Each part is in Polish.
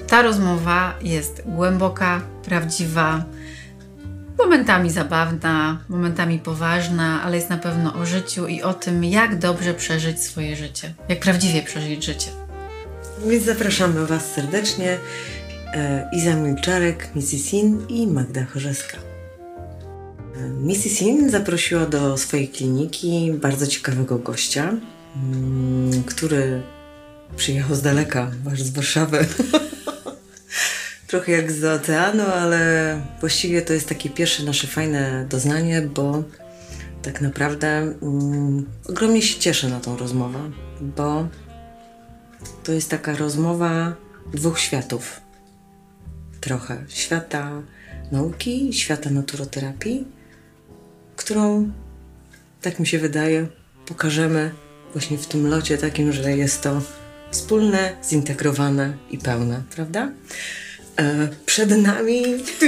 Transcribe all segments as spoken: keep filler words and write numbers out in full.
ta rozmowa jest głęboka, prawdziwa, momentami zabawna, momentami poważna, ale jest na pewno o życiu i o tym, jak dobrze przeżyć swoje życie, jak prawdziwie przeżyć życie. Więc zapraszamy Was serdecznie. Iza Milczarek, Missy Sin i Magda Chorzeska. Missy Sin zaprosiła do swojej kliniki bardzo ciekawego gościa, który przyjechał z daleka, aż z Warszawy. Trochę jak z oceanu, ale właściwie to jest takie pierwsze nasze fajne doznanie, bo tak naprawdę um, ogromnie się cieszę na tą rozmowę, bo to jest taka rozmowa dwóch światów. Trochę świata nauki, świata naturoterapii, którą, tak mi się wydaje, pokażemy właśnie w tym locie takim, że jest to wspólne, zintegrowane i pełne, prawda? E, przed nami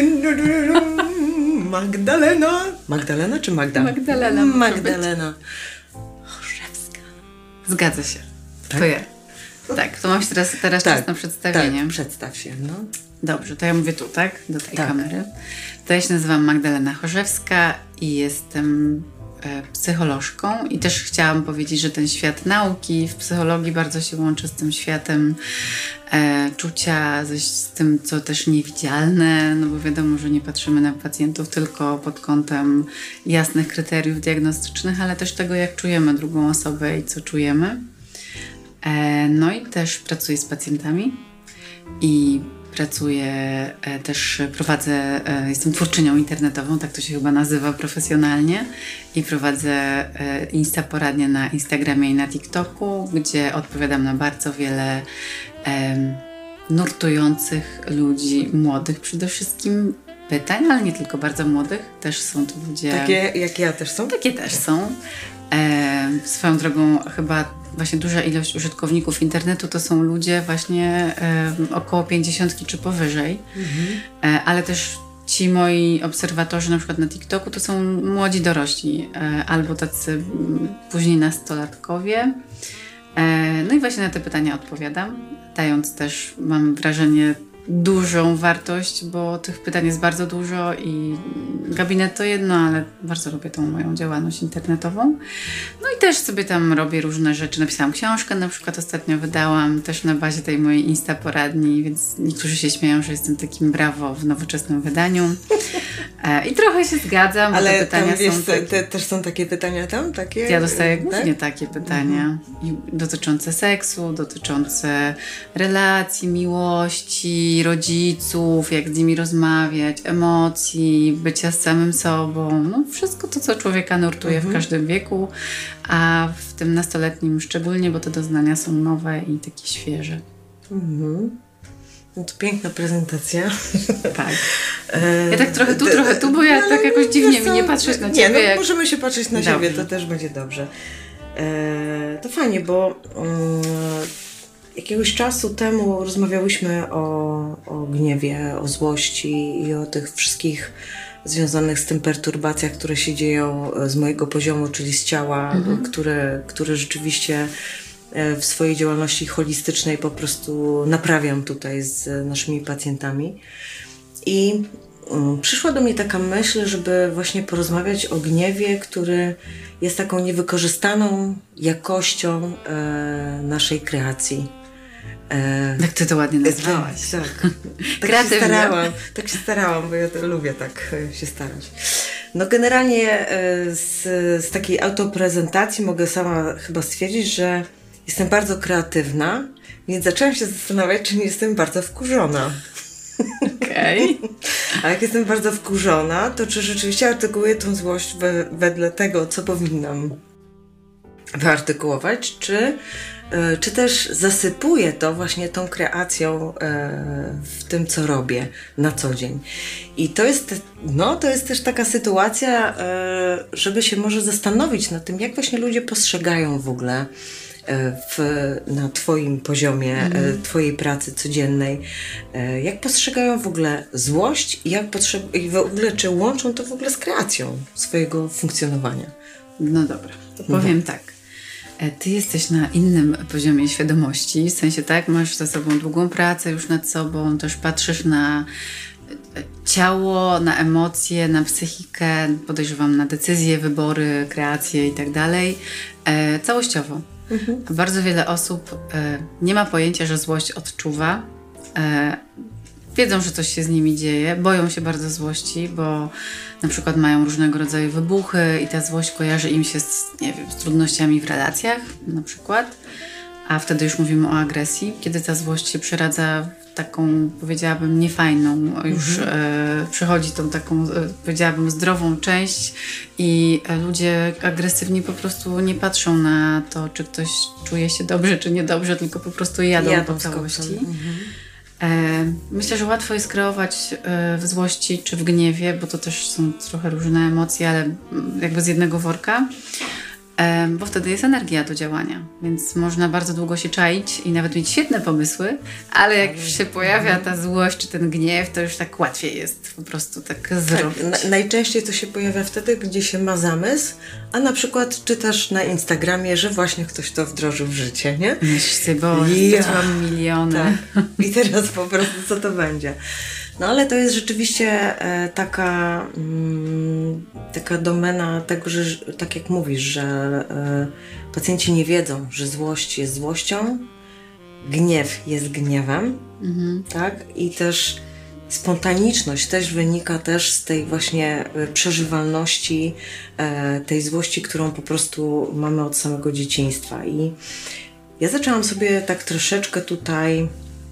Magdalena. Magdalena czy Magda? Magdalena. Magdalena Chorzeska. Zgadza się. Tak? To ja. Tak, to mam się teraz, teraz tak, czas na przedstawienie. Tak, przedstaw się, no. Dobrze, to ja mówię tu, tak? Do tej tak. kamery. To ja się nazywam Magdalena Chorzewska i jestem e, psycholożką i też chciałam powiedzieć, że ten świat nauki w psychologii bardzo się łączy z tym światem e, czucia, z, z tym, co też niewidzialne, no bo wiadomo, że nie patrzymy na pacjentów tylko pod kątem jasnych kryteriów diagnostycznych, ale też tego, jak czujemy drugą osobę i co czujemy. E, no i też pracuję z pacjentami i pracuję e, też, prowadzę, e, jestem twórczynią internetową, tak to się chyba nazywa profesjonalnie i prowadzę e, Instaporadnię na Instagramie i na TikToku, gdzie odpowiadam na bardzo wiele e, nurtujących ludzi, młodych przede wszystkim pytań, ale nie tylko bardzo młodych, też są to ludzie... Takie jak ja też są? Takie też są. E, swoją drogą chyba właśnie duża ilość użytkowników internetu to są ludzie właśnie e, około pięćdziesiątki czy powyżej, mhm. e, ale też ci moi obserwatorzy na przykład na TikToku to są młodzi dorośli e, albo tacy m, później nastolatkowie. E, no i właśnie na te pytania odpowiadam, dając też, mam wrażenie, dużą wartość, bo tych pytań jest bardzo dużo i gabinet to jedno, ale bardzo lubię tą moją działalność internetową. No i też sobie tam robię różne rzeczy. Napisałam książkę, na przykład ostatnio wydałam też na bazie tej mojej Instaporadni, więc niektórzy się śmieją, że jestem takim brawo w nowoczesnym wydaniu. E, I trochę się zgadzam, ale bo te pytania tam, wiesz, są... Takie... Te, też są takie pytania tam? Takie, ja dostaję głównie tak? takie pytania mhm. dotyczące seksu, dotyczące relacji, miłości, rodziców, jak z nimi rozmawiać, emocji, bycia z samym sobą, no wszystko to, co człowieka nurtuje mhm. w każdym wieku, a w tym nastoletnim szczególnie, bo te doznania są nowe i takie świeże. Mhm. No to piękna prezentacja. Tak. Ja tak trochę tu, trochę tu, bo ja tak jakoś dziwnie mi nie patrzeć na ciebie. Nie, no jak... możemy się patrzeć na dobrze. siebie, to też będzie dobrze. E, to fajnie, bo um, jakiegoś czasu temu rozmawiałyśmy o, o gniewie, o złości i o tych wszystkich związanych z tym perturbacjach, które się dzieją z mojego poziomu, czyli z ciała, mhm. które, które rzeczywiście w swojej działalności holistycznej po prostu naprawiam tutaj z naszymi pacjentami. I um, przyszła do mnie taka myśl, żeby właśnie porozmawiać o gniewie, który jest taką niewykorzystaną jakością e, naszej kreacji. E, Jak ty to ładnie nazwałaś. Tak, tak. Tak się starałam, tak się starałam, bo ja to lubię tak się starać. No generalnie z, z takiej autoprezentacji mogę sama chyba stwierdzić, że jestem bardzo kreatywna, więc zaczęłam się zastanawiać, czy nie jestem bardzo wkurzona. Okej. Okay. A jak jestem bardzo wkurzona, to czy rzeczywiście artykułuję tą złość we, wedle tego, co powinnam wyartykułować, czy, y, czy też zasypuję to właśnie tą kreacją y, w tym, co robię na co dzień. I to jest, no, to jest też taka sytuacja, y, żeby się może zastanowić nad tym, jak właśnie ludzie postrzegają w ogóle W, na Twoim poziomie, mm. Twojej pracy codziennej, jak postrzegają w ogóle złość i jak potrze- i w ogóle, czy łączą to w ogóle z kreacją swojego funkcjonowania. No dobra, to powiem no. tak. ty jesteś na innym poziomie świadomości, w sensie tak, masz za sobą długą pracę już nad sobą, też patrzysz na ciało, na emocje, na psychikę, podejrzewam na decyzje, wybory, kreacje i tak dalej, całościowo. Mhm. Bardzo wiele osób e, nie ma pojęcia, że złość odczuwa. E, wiedzą, że coś się z nimi dzieje, boją się bardzo złości, bo na przykład mają różnego rodzaju wybuchy i ta złość kojarzy im się z, nie wiem, z trudnościami w relacjach na przykład, a wtedy już mówimy o agresji, kiedy ta złość się przeradza w taką, powiedziałabym, niefajną, już mhm. e, przychodzi tą taką, e, powiedziałabym, zdrową część i e, ludzie agresywni po prostu nie patrzą na to, czy ktoś czuje się dobrze, czy niedobrze, tylko po prostu jadą, jadą po całości. Mhm. E, myślę, że łatwo jest kreować e, w złości czy w gniewie, bo to też są trochę różne emocje, ale jakby z jednego worka. Bo wtedy jest energia do działania, więc można bardzo długo się czaić i nawet mieć świetne pomysły, ale jak już się pojawia ta złość czy ten gniew, to już tak łatwiej jest po prostu tak zrobić. Tak, na, najczęściej to się pojawia wtedy, gdzie się ma zamysł, a na przykład czytasz na Instagramie, że właśnie ktoś to wdrożył w życie, nie? Myślisz sobie, bo ja straciłam miliony. Tak. I teraz po prostu co to będzie? No ale to jest rzeczywiście e, taka, mm, taka domena tego, że tak jak mówisz, że e, pacjenci nie wiedzą, że złość jest złością, gniew jest gniewem, mhm. tak? I też spontaniczność też wynika też z tej właśnie przeżywalności, e, tej złości, którą po prostu mamy od samego dzieciństwa. I ja zaczęłam sobie tak troszeczkę tutaj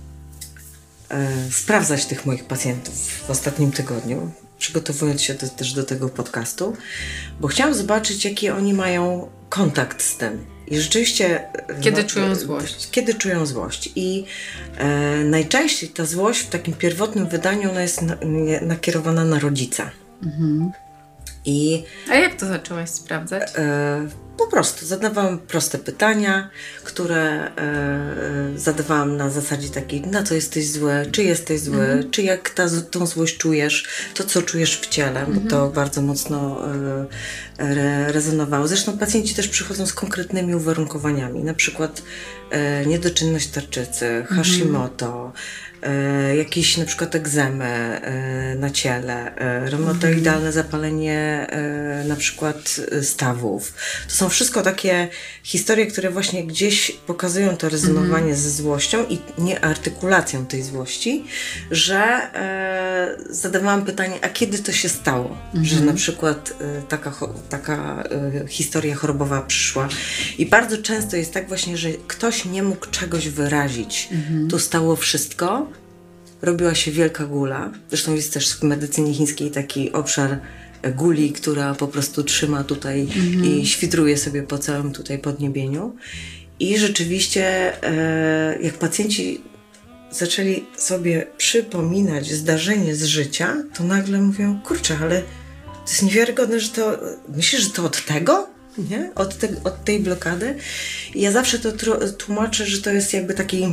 sprawdzać tych moich pacjentów w ostatnim tygodniu, przygotowując się do, też do tego podcastu, bo chciałam zobaczyć, jaki oni mają kontakt z tym. I rzeczywiście... Kiedy no, czują złość. Kiedy czują złość. I e, najczęściej ta złość w takim pierwotnym wydaniu ona jest na, nie, nakierowana na rodzica. Mhm. I, A jak to zaczęłaś sprawdzać? E, po prostu zadawałam proste pytania, które e, zadawałam na zasadzie takiej, na co jesteś zły, czy jesteś zły, mhm. czy jak ta, tą złość czujesz, to co czujesz w ciele, mhm. bo to bardzo mocno e, re, rezonowało. Zresztą pacjenci też przychodzą z konkretnymi uwarunkowaniami, na przykład e, niedoczynność tarczycy, Hashimoto, e, jakieś na przykład egzemy e, na ciele, e, reumatoidalne zapalenie e, na przykład stawów. To są wszystko takie historie, które właśnie gdzieś pokazują to rezonowanie mm. ze złością i nieartykulacją tej złości, że e, zadawałam pytanie, a kiedy to się stało, mm. że na przykład e, taka, taka e, historia chorobowa przyszła. I bardzo często jest tak właśnie, że ktoś nie mógł czegoś wyrazić. Mm. Tu stało wszystko, robiła się wielka gula. Zresztą jest też w medycynie chińskiej taki obszar guli, która po prostu trzyma tutaj mm-hmm. i świdruje sobie po całym tutaj podniebieniu. I rzeczywiście e, jak pacjenci zaczęli sobie przypominać zdarzenie z życia, to nagle mówią, kurczę, ale to jest niewiarygodne, że to... Myślisz, że to od tego? Nie? Od, te, od tej blokady? I ja zawsze to tłumaczę, że to jest jakby taki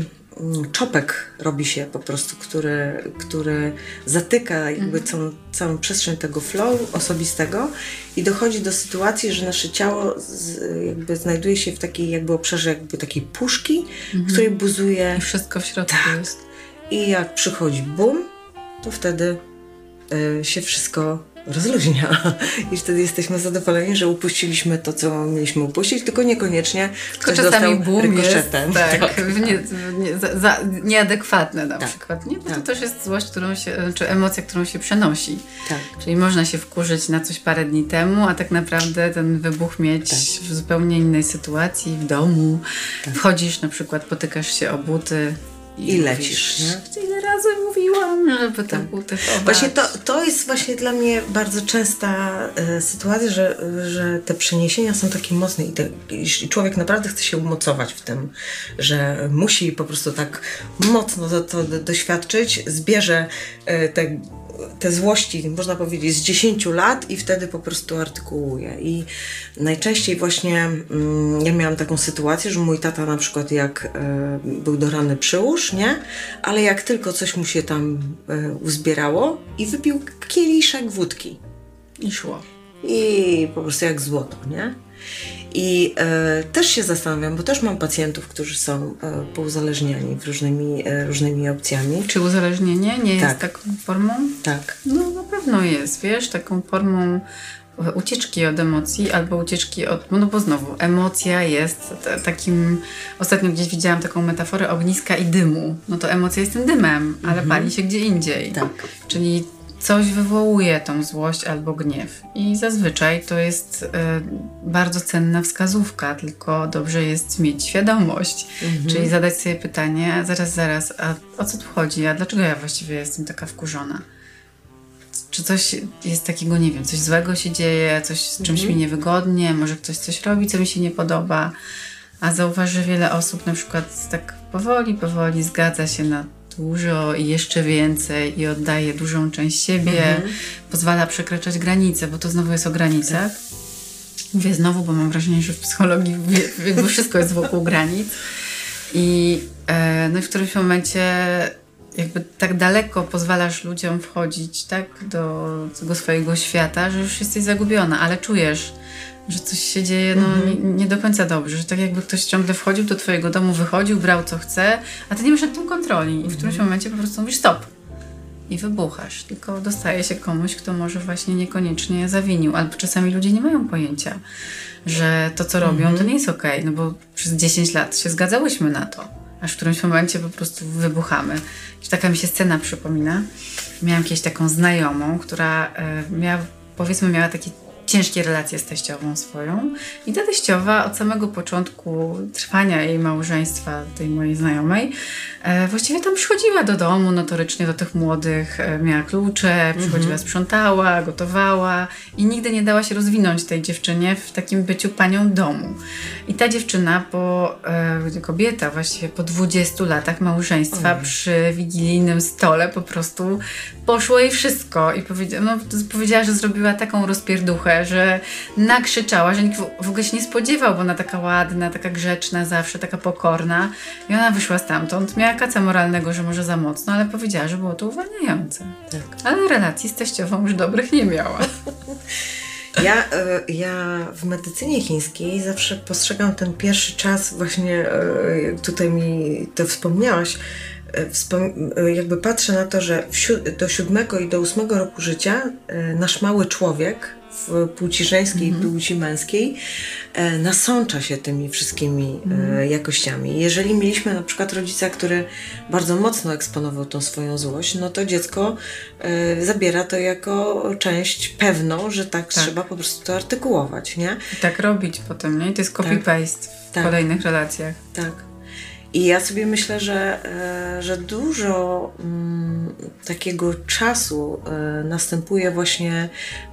czopek robi się po prostu, który, który zatyka jakby mm. całą, całą przestrzeń tego flow osobistego i dochodzi do sytuacji, że nasze ciało z, jakby znajduje się w takiej jakby obszarze jakby takiej puszki, mm-hmm. w której buzuje... I wszystko w środku tak. jest. I jak przychodzi boom, to wtedy y, się wszystko rozluźnia i wtedy jesteśmy zadowoleni, że upuściliśmy to, co mieliśmy upuścić, tylko niekoniecznie tylko ktoś dostał rykoszetem. Tak, tak. Nie, nie, za, za, nieadekwatne na tak. przykład. Nie? Bo tak. to też jest złość, którą się, czy emocja, którą się przenosi. Tak. Czyli można się wkurzyć na coś parę dni temu, a tak naprawdę ten wybuch mieć tak. w zupełnie innej sytuacji, w domu. Tak. Wchodzisz na przykład, potykasz się o buty, I, I lecisz, nie? Ile razy mówiłam, żeby te buty chować. Właśnie to, to jest właśnie dla mnie bardzo częsta e, sytuacja, że, że te przeniesienia są takie mocne i, te, i człowiek naprawdę chce się umocować w tym, że musi po prostu tak mocno to, to doświadczyć, zbierze e, te te złości, można powiedzieć, z dziesięciu lat i wtedy po prostu artykułuje. I najczęściej właśnie mm, ja miałam taką sytuację, że mój tata na przykład jak e, był do rany przyłóż, nie? Ale jak tylko coś mu się tam e, uzbierało i wypił kieliszek wódki. I szło. I po prostu jak złoto, nie? I e, też się zastanawiam, bo też mam pacjentów, którzy są e, pouzależniani w różnymi, e, różnymi opcjami. Czy uzależnienie nie jest Tak. taką formą? Tak. No na pewno jest, wiesz, taką formą ucieczki od emocji albo ucieczki od... No bo znowu, emocja jest t- takim... Ostatnio gdzieś widziałam taką metaforę ogniska i dymu. No to emocja jest tym dymem, ale Mhm. pali się gdzie indziej. Tak. Czyli coś wywołuje tą złość albo gniew. I zazwyczaj to jest y, bardzo cenna wskazówka, tylko dobrze jest mieć świadomość. Mhm. Czyli zadać sobie pytanie, zaraz, zaraz, a o co tu chodzi? A dlaczego ja właściwie jestem taka wkurzona? Czy coś jest takiego, nie wiem, coś złego się dzieje, coś z czymś Mhm. mi niewygodnie, może ktoś coś robi, co mi się nie podoba. A zauważ, że wiele osób na przykład tak powoli, powoli zgadza się na dużo i jeszcze więcej i oddaje dużą część siebie, Mhm. pozwala przekraczać granice, bo to znowu jest o granicach. Mówię znowu, bo mam wrażenie, że w psychologii wie- jakby wszystko jest wokół granic. I, e, no i w którymś momencie jakby tak daleko pozwalasz ludziom wchodzić, tak, do tego swojego świata, że już jesteś zagubiona, ale czujesz, że coś się dzieje no, Mhm. nie, nie do końca dobrze, że tak jakby ktoś ciągle wchodził do twojego domu, wychodził, brał co chce, a ty nie masz nad tym kontroli i w którymś momencie po prostu mówisz stop i wybuchasz, tylko dostaje się komuś, kto może właśnie niekoniecznie zawinił, albo czasami ludzie nie mają pojęcia, że to co robią Mhm. to nie jest okej, no bo przez dziesięć lat się zgadzałyśmy na to, aż w którymś momencie po prostu wybuchamy. I taka mi się scena przypomina. Miałam kiedyś taką znajomą, która e, miała, powiedzmy, miała takie ciężkie relacje z teściową swoją i ta teściowa od samego początku trwania jej małżeństwa, tej mojej znajomej, e, właściwie tam przychodziła do domu notorycznie, do tych młodych, e, miała klucze, przychodziła, sprzątała, gotowała i nigdy nie dała się rozwinąć tej dziewczynie w takim byciu panią domu. I ta dziewczyna po, e, kobieta właściwie po dwudziestu latach małżeństwa Ojej. przy wigilijnym stole po prostu poszło jej wszystko i powiedzia- no, powiedziała, że zrobiła taką rozpierduchę, że nakrzyczała, że nikt w, w ogóle się nie spodziewał, bo ona taka ładna, taka grzeczna zawsze, taka pokorna i ona wyszła stamtąd, miała kaca moralnego, że może za mocno, ale powiedziała, że było to uwalniające. Tak. Ale relacji z teściową już dobrych nie miała. Ja, e, ja w medycynie chińskiej zawsze postrzegam ten pierwszy czas, właśnie e, jak tutaj mi to wspomniałaś, e, wspom- e, jakby patrzę na to, że w si- do siódmego i do ósmego roku życia e, nasz mały człowiek w płci żeńskiej i płci męskiej e, nasącza się tymi wszystkimi e, jakościami. Jeżeli mieliśmy na przykład rodzica, który bardzo mocno eksponował tą swoją złość, no to dziecko e, zabiera to jako część pewną, że tak, Tak. trzeba po prostu to artykułować, nie? I tak robić potem, nie? I to jest copy-paste w Tak. kolejnych relacjach. Tak. I ja sobie myślę, że, e, że dużo mm, takiego czasu e, następuje właśnie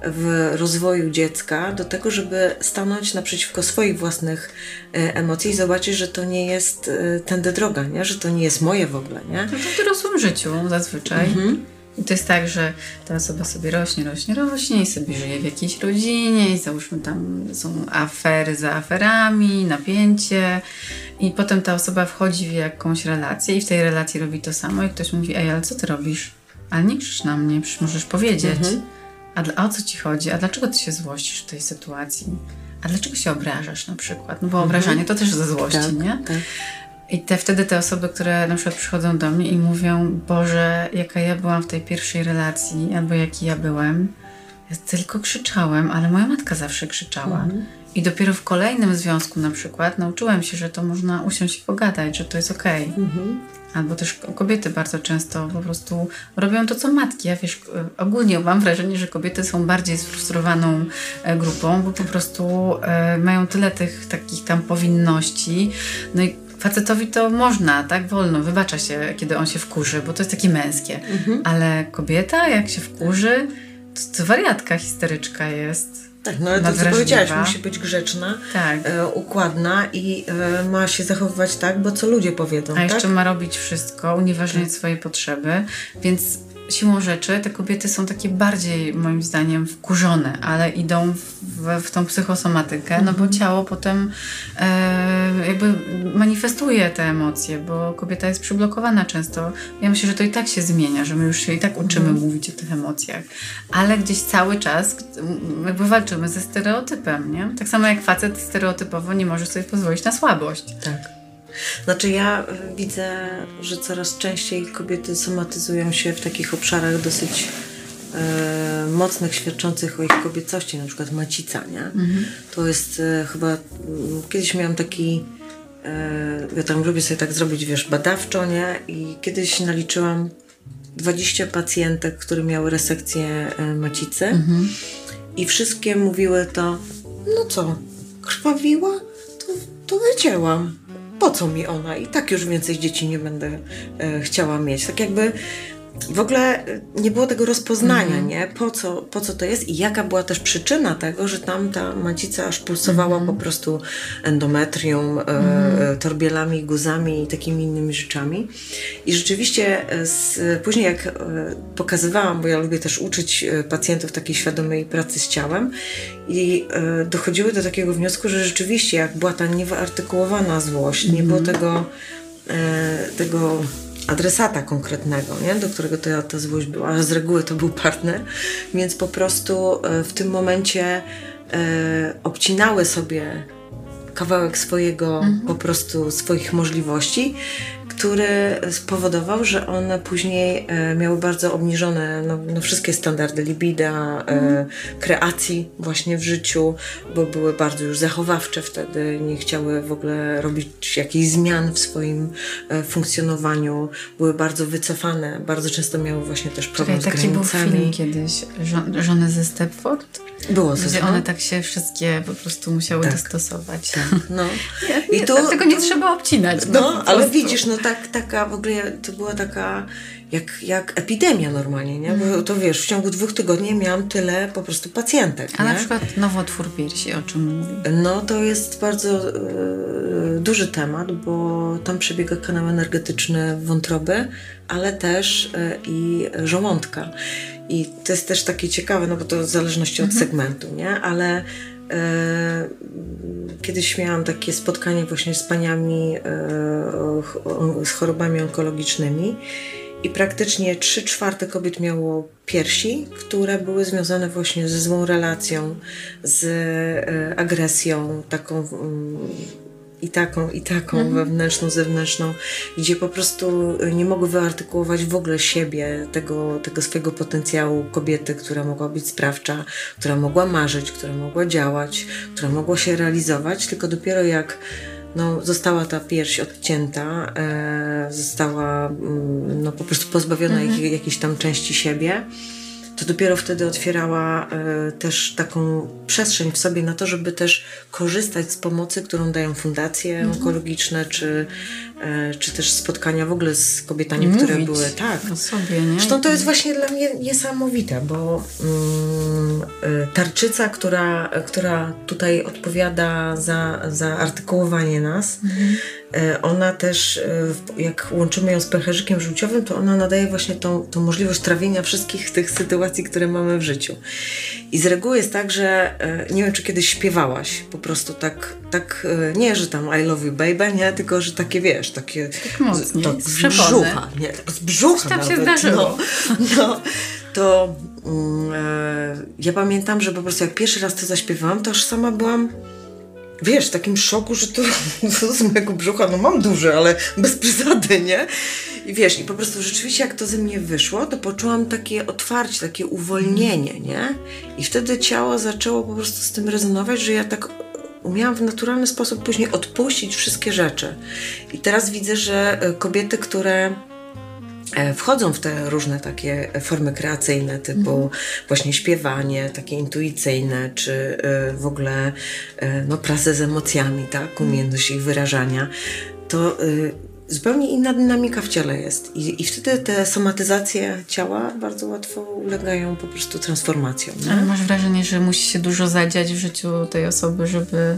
w rozwoju dziecka do tego, żeby stanąć naprzeciwko swoich własnych e, emocji i zobaczyć, że to nie jest e, tędy droga, nie? Że to nie jest moje w ogóle, nie? No to w dorosłym życiu zazwyczaj. Mhm. I to jest tak, że ta osoba sobie rośnie, rośnie, rośnie i sobie żyje w jakiejś rodzinie i załóżmy tam są afery za aferami, napięcie i potem ta osoba wchodzi w jakąś relację i w tej relacji robi to samo i ktoś mówi, ej, ale co ty robisz? Ale nie krzycz na mnie, przecież możesz powiedzieć. Mhm. A, dla- a o co ci chodzi? A dlaczego ty się złościsz w tej sytuacji? A dlaczego się obrażasz na przykład? No bo obrażanie to też ze złości, Tak, nie? tak. I te, wtedy te osoby, które na przykład przychodzą do mnie i mówią, Boże, jaka ja byłam w tej pierwszej relacji, albo jaki ja byłem, ja tylko krzyczałem, ale moja matka zawsze krzyczała. I dopiero w kolejnym związku na przykład nauczyłem się, że to można usiąść i pogadać, że to jest okej. Mhm. Albo też kobiety bardzo często po prostu robią to, co matki. Ja wiesz, ogólnie mam wrażenie, że kobiety są bardziej sfrustrowaną e, grupą, bo po prostu e, mają tyle tych takich tam powinności. No i facetowi to można, tak? Wolno, wybacza się, kiedy on się wkurzy, bo to jest takie męskie. Mhm. Ale kobieta, jak się wkurzy, to, to wariatka, histeryczka jest. Tak, no ale to co nadwrażliwa. powiedziałaś, musi być grzeczna, Tak. e, układna i e, ma się zachowywać tak, bo co ludzie powiedzą, A tak? jeszcze ma robić wszystko, unieważniać swoje potrzeby, więc siłą rzeczy te kobiety są takie bardziej, moim zdaniem, wkurzone, ale idą w, w tą psychosomatykę, no bo ciało potem e, jakby manifestuje te emocje, bo kobieta jest przyblokowana często. Ja myślę, że to i tak się zmienia, że my już się i tak uczymy mhm. mówić o tych emocjach, ale gdzieś cały czas jakby walczymy ze stereotypem, nie? Tak samo jak facet stereotypowo nie może sobie pozwolić na słabość. Tak. Znaczy ja widzę, że coraz częściej kobiety somatyzują się w takich obszarach dosyć e, mocnych, świadczących o ich kobiecości, na przykład macica, nie? Mhm. To jest e, chyba, kiedyś miałam taki, e, ja tam lubię sobie tak zrobić, wiesz, badawczo, nie? I kiedyś naliczyłam dwadzieścia pacjentek, które miały resekcję e, macicy mhm. i wszystkie mówiły to, no co, krwawiła? To, to wycięłam. Po co mi ona? I tak już więcej dzieci nie będę e, chciała mieć. Tak jakby w ogóle nie było tego rozpoznania, mm. nie? Po co, po co to jest i jaka była też przyczyna tego, że tam ta macica aż pulsowała mm. po prostu endometrium, e, mm. torbielami, guzami i takimi innymi rzeczami. I rzeczywiście z, później jak e, pokazywałam, bo ja lubię też uczyć pacjentów takiej świadomej pracy z ciałem i e, dochodziły do takiego wniosku, że rzeczywiście jak była ta niewyartykułowana złość, mm. nie było tego e, tego adresata konkretnego, nie? Do którego ta, ta złość była, a z reguły to był partner, więc po prostu e, w tym momencie e, obcinały sobie kawałek swojego, mhm. po prostu swoich możliwości, który spowodował, że one później e, miały bardzo obniżone no, no wszystkie standardy libida, e, kreacji właśnie w życiu, bo były bardzo już zachowawcze wtedy, nie chciały w ogóle robić jakichś zmian w swoim e, funkcjonowaniu, były bardzo wycofane, bardzo często miały właśnie też problem Czekaj, z granicami. Taki był film kiedyś, żo- żony ze Stepford? Było coś. Gdzie one tak się wszystkie po prostu musiały tak. dostosować. Tak, no. nie, nie, I tu, tego nie tu, trzeba obcinać. No, no ale widzisz, no tak, taka w ogóle to była taka jak, jak epidemia normalnie, nie? Bo to wiesz, w ciągu dwóch tygodni miałam tyle po prostu pacjentek. A nie? na przykład nowotwór piersi, o czym mówi? No to jest bardzo e, duży temat, bo tam przebiega kanał energetyczny wątroby, ale też e, i żołądka. I to jest też takie ciekawe, no bo to w zależności mhm. od segmentu, nie? Ale e, kiedyś miałam takie spotkanie właśnie z paniami e, o, z chorobami onkologicznymi i praktycznie trzy czwarte kobiet miało piersi, które były związane właśnie ze złą relacją, z e, agresją taką mm, i taką, i taką, mhm. wewnętrzną, zewnętrzną, gdzie po prostu nie mogły wyartykułować w ogóle siebie, tego, tego swojego potencjału kobiety, która mogła być sprawcza, która mogła marzyć, która mogła działać, która mogła się realizować, tylko dopiero jak no, została ta pierś odcięta, e, została mm, no, po prostu pozbawiona mhm. jak, jakiejś tam części siebie, to dopiero wtedy otwierała e, też taką przestrzeń w sobie na to, żeby też korzystać z pomocy, którą dają fundacje mhm. onkologiczne, czy, e, czy też spotkania w ogóle z kobietami, I które mówić były tak. o sobie, nie? Zresztą to jest właśnie dla mnie niesamowite, bo mm, tarczyca, która, która tutaj odpowiada za, za artykułowanie nas, mhm. ona też, jak łączymy ją z pęcherzykiem żółciowym, to ona nadaje właśnie tą, tą możliwość trawienia wszystkich tych sytuacji, które mamy w życiu. I z reguły jest tak, że nie wiem, czy kiedyś śpiewałaś, po prostu tak, tak nie, że tam I love you baby, nie, tylko, że takie, wiesz, takie tak mocniej, to, z brzucha, nie, tak z brzucha tam nawet, się zdarzyło. No, no, to mm, e, ja pamiętam, że po prostu jak pierwszy raz to zaśpiewałam, to aż sama byłam wiesz, w takim szoku, że to, to z mojego brzucha, no mam duże, ale bez przesady, nie? I wiesz, i po prostu rzeczywiście jak to ze mnie wyszło, to poczułam takie otwarcie, takie uwolnienie, nie? I wtedy ciało zaczęło po prostu z tym rezonować, że ja tak umiałam w naturalny sposób później odpuścić wszystkie rzeczy. I teraz widzę, że kobiety, które wchodzą w te różne takie formy kreacyjne, typu mm. właśnie śpiewanie, takie intuicyjne, czy y, w ogóle y, no, pracę z emocjami, tak, umiejętność ich wyrażania, to y, zupełnie inna dynamika w ciele jest. I, i wtedy te somatyzacje ciała bardzo łatwo ulegają po prostu transformacjom. Nie? Ale masz wrażenie, że musi się dużo zadziać w życiu tej osoby, żeby